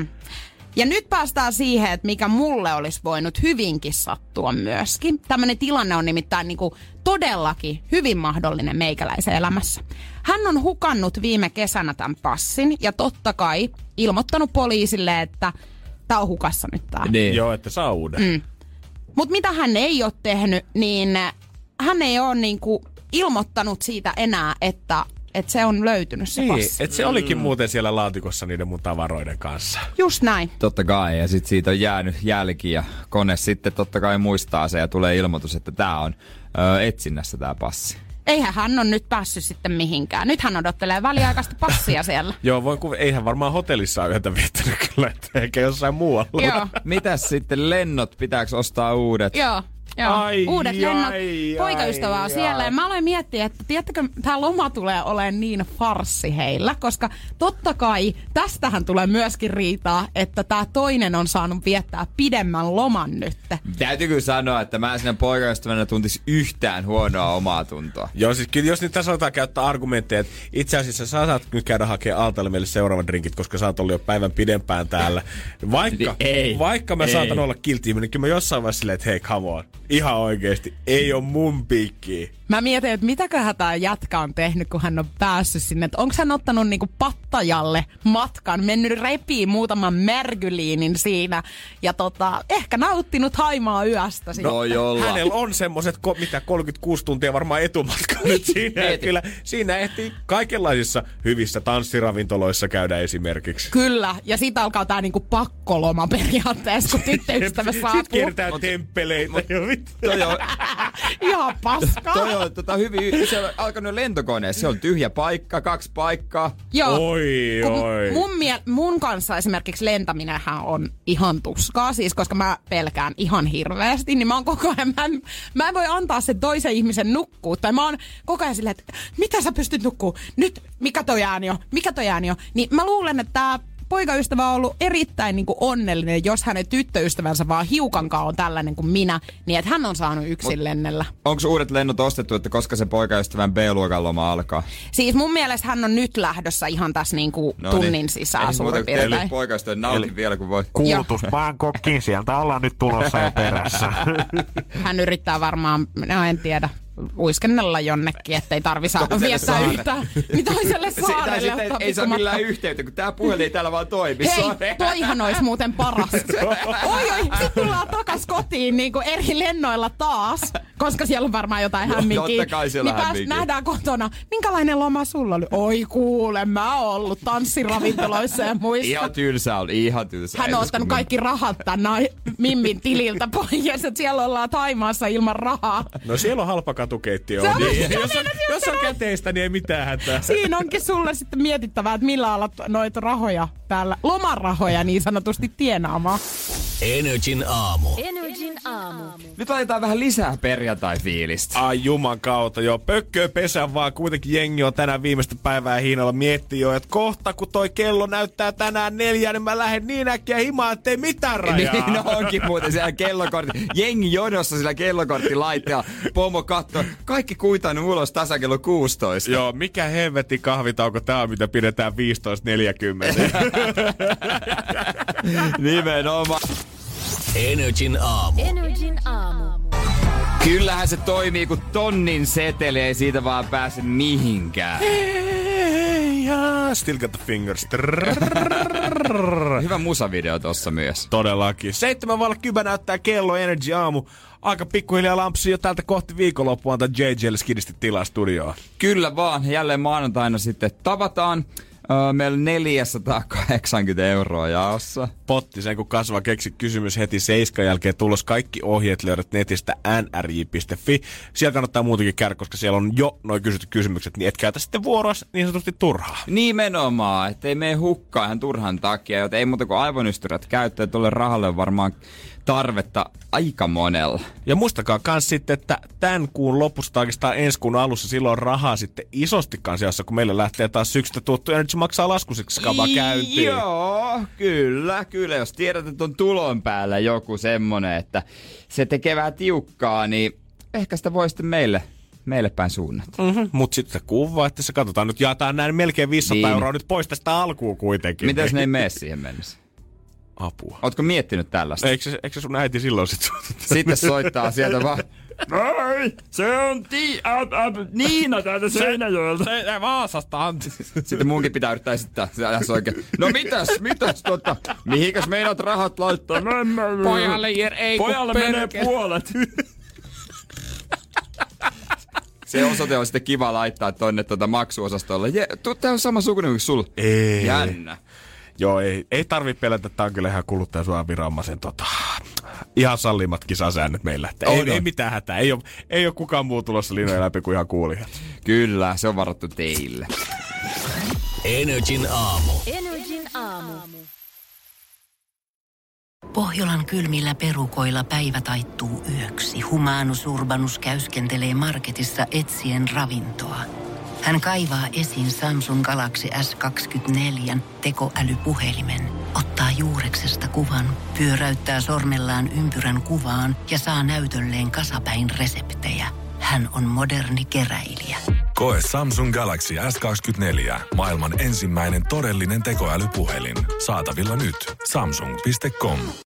Ja nyt päästään siihen, että mikä mulle olisi voinut hyvinkin sattua myöskin. Tämmönen tilanne on nimittäin niin kuin todellakin hyvin mahdollinen meikäläisen elämässä. Hän on hukannut viime kesänä tämän passin ja totta kai ilmoittanut poliisille, että tää on hukassa nyt tää. Niin. Joo, että saa uuden. Mut mitä hän ei ole tehnyt, niin hän ei ole niinku ilmoittanut siitä enää, että se on löytynyt se passi. Että se olikin muuten siellä laatikossa niiden mun tavaroiden kanssa. Just näin. Totta kai, ja sit siitä on jäänyt jälki ja kone sitten totta kai muistaa se ja tulee ilmoitus, että tää on etsinnässä tää passi. Eihän hän on nyt päässyt sitten mihinkään. Nyt hän odottelee väliaikaista passia siellä. Joo, eihän varmaan hotellissa ole yötä viettänyt kyllä, että eikä jossain muualla. Joo. Mitäs sitten lennot? Pitääkö ostaa uudet? Joo. Uudet lennot. Poikaystävä on siellä. Ja mä aloin miettiä, että tiedättekö, tää loma tulee olemaan niin farssi heillä. Koska totta kai tästähän tulee myöskin riitaa, että tää toinen on saanut viettää pidemmän loman nyt. Täytyy kyllä sanoa, että mä sinne poikaystävänä tuntis yhtään huonoa omaa tuntoa. Joo, siis kyllä jos nyt tässä aletaan käyttää argumentteja, että itse asiassa sä saat nyt käydä hakemaan Aaltalle meille seuraavan drinkit, koska sä oot ollut jo päivän pidempään täällä. Vaikka mä saatan olla kiltiiminen, niin kyllä mä jossain vaiheessa silleen, että hei, come on. Ihan oikeesti, ei oo mun piikkiä. Mä mietin, että mitäköhän tää jätkä on tehnyt, kun hän on päässyt sinne. Että onko hän ottanut niinku Pattajalle matkan, mennyt repiin muutaman märgyliinin siinä. Ja ehkä nauttinut Haimaa yöstä. No jolla. Hänellä on semmoset 36 tuntia varmaan etumatka nyt siinä. Kyllä siinä ehtii kaikenlaisissa hyvissä tanssiravintoloissa käydä esimerkiksi. Kyllä, ja sit alkaa tää niinku pakkoloma periaatteessa, kun tyttöystävä saapuu. Sit kiertää temppeleitä. Ihan paskaa. Toi on hyvin, se on alkanut lentokoneessa, se on tyhjä paikka, 2 paikkaa. Joo. Oi. Mun kanssa esimerkiksi lentäminenhän on ihan tuskaa, siis koska mä pelkään ihan hirveästi, niin mä oon koko ajan, mä en voi antaa sen toisen ihmisen nukkua, tai mä oon koko ajan silleen, että mitä sä pystyt nukkuu? Nyt, mikä toi ääni on? Niin mä luulen, että tää poikaystävä on ollut erittäin niin kuin onnellinen, jos hänen tyttöystävänsä vaan hiukankaan on tällainen kuin minä, niin että hän on saanut yksin lennellä. Onko uudet lennot ostettu, että koska se poikaystävän B-luokan loma alkaa? Siis mun mielestä hän on nyt lähdössä ihan tässä niin kuin tunnin sisään suurin piirtein. Eli poikaystävän nautin vielä, kun voi. Kuulutus Bangkokiin, sieltä ollaan nyt tulossa jo perässä. Hän yrittää varmaan, en tiedä, uiskennella jonnekin, ettei tarvi viettää yhtään niin toiselle saarelle. Ei saa millään yhteyttä, kun tää puhelin ei täällä vaan toimi. Hei, toihan olisi muuten paras. Sit tullaan takas kotiin niin kuin eri lennoilla taas, koska siellä on varmaan jotain hämminkiä. Totta kai siellä on hämminkiä. Nähdään kotona, minkälainen loma sulla oli? Oi kuule, mä oon ollut tanssiravintoloissa ja muissa. Ihan tylsä oli. Hän on ottanut kaikki rahat tänne Mimmin tililtä pois, että siellä ollaan Thaimaassa ilman rahaa. No siellä on halpa katukeittiö. Niin. Jos on käteistä, niin ei mitään hätää. Siinä onkin sulle sitten mietittävää, että millä alat noita rahoja täällä, lomarahoja niin sanotusti tienaamaan. Energin aamu. Nyt laitetaan vähän lisää perjantai-fiilistä. Ai juman kautta, joo. Pökköö pesän vaan. Kuitenkin jengi on tänään viimeistä päivää hiinalla miettii jo, että kohta kun toi kello näyttää tänään 4, niin mä lähden niin äkkiä himaan, ettei mitään rajaa. Niin onkin muuten siellä kellokortti. Jengi jonossa sillä kellokorttilaitteella. Pomo kattoo. Kaikki kuitannut ulos tasa kello 16. Joo, mikä helvetti kahvitauko tää on, mitä pidetään 15.40. Nimenomaan. Energin aamu. Kyllähän se toimii, kun tonnin seteli ei siitä vaan pääse mihinkään. Still got the fingers. Hyvä musavideo tossa myös. Todellakin. 7:10 näyttää kello Energy aamu. Aika pikkuhiljaa lampsi jo täältä kohti viikonloppua antaa JJ:lle skidisti tilaa studioon. Kyllä vaan. Jälleen maanantaina sitten tavataan. Meillä on 480 € jaossa. Potti sen kun kasvaa, keksi kysymys heti 7 jälkeen tulos. Kaikki ohjeet löydät netistä nrj.fi. Siellä kannattaa muutenkin käydä, koska siellä on jo noin kysytty kysymykset, niin et käytä sitten vuoroa niin sanotusti turhaa. Nimenomaan, ettei mene hukkaan ihan turhan takia, joten ei muuta kuin aivonystyrät käyttöön. Tuolle rahalle on varmaan tarvetta aika monella. Ja muistakaa kans sitten, että tämän kuun lopussa tai oikeastaan ensi kuun alussa silloin on rahaa sitten isosti kanssa, kun meillä lähtee taas syksystä tuttu Energy maksaa laskusiksi kavaa käyntiin. Joo, kyllä. Jos tiedät, että on tulon päällä joku semmonen, että se tekee vähän tiukkaa, niin ehkä sitä voi sitten meille päin suunnata. Mut sitten kuva, että se katsotaan nyt jaetaan näin melkein 500 € nyt pois tästä alkuun kuitenkin. Mitä jos ne ei mene siihen mennessä? Apua. Ootko miettinyt tällaista? Eikö se sun äiti silloin Sitten soittaa sieltä vaan. Ei, se on Niina täältä Seinäjoelta. Se Vaasasta, anteeksi. Sitten munkin pitää yrittää esittää se ajas oikein. No mitäs mihinkäs meinaat rahat laittaa? Pojalle menee puolet. Se osoite on sitten kiva laittaa tonne maksuosastolle. Tää on sama sukunimi kuin sulla. Ei. Jännä. Joo, ei tarvi pelätä. Tää on kyllä ihan kuluttajansuojaviranomaisen ihan sallimat kisasäännöt meillä. Ei mitään hätää. Ei ole kukaan muu tulossa linjojen läpi kuin ihan kuulijat. Kyllä, se on varattu teille. Energin aamu. Pohjolan kylmillä perukoilla päivä taittuu yöksi. Humanus Urbanus käyskentelee marketissa etsien ravintoa. Hän kaivaa esiin Samsung Galaxy S24 tekoälypuhelimen, ottaa juureksesta kuvan, pyöräyttää sormellaan ympyrän kuvaan ja saa näytölleen kasapäin reseptejä. Hän on moderni keräilijä. Koe Samsung Galaxy S24. Maailman ensimmäinen todellinen tekoälypuhelin. Saatavilla nyt. Samsung.com.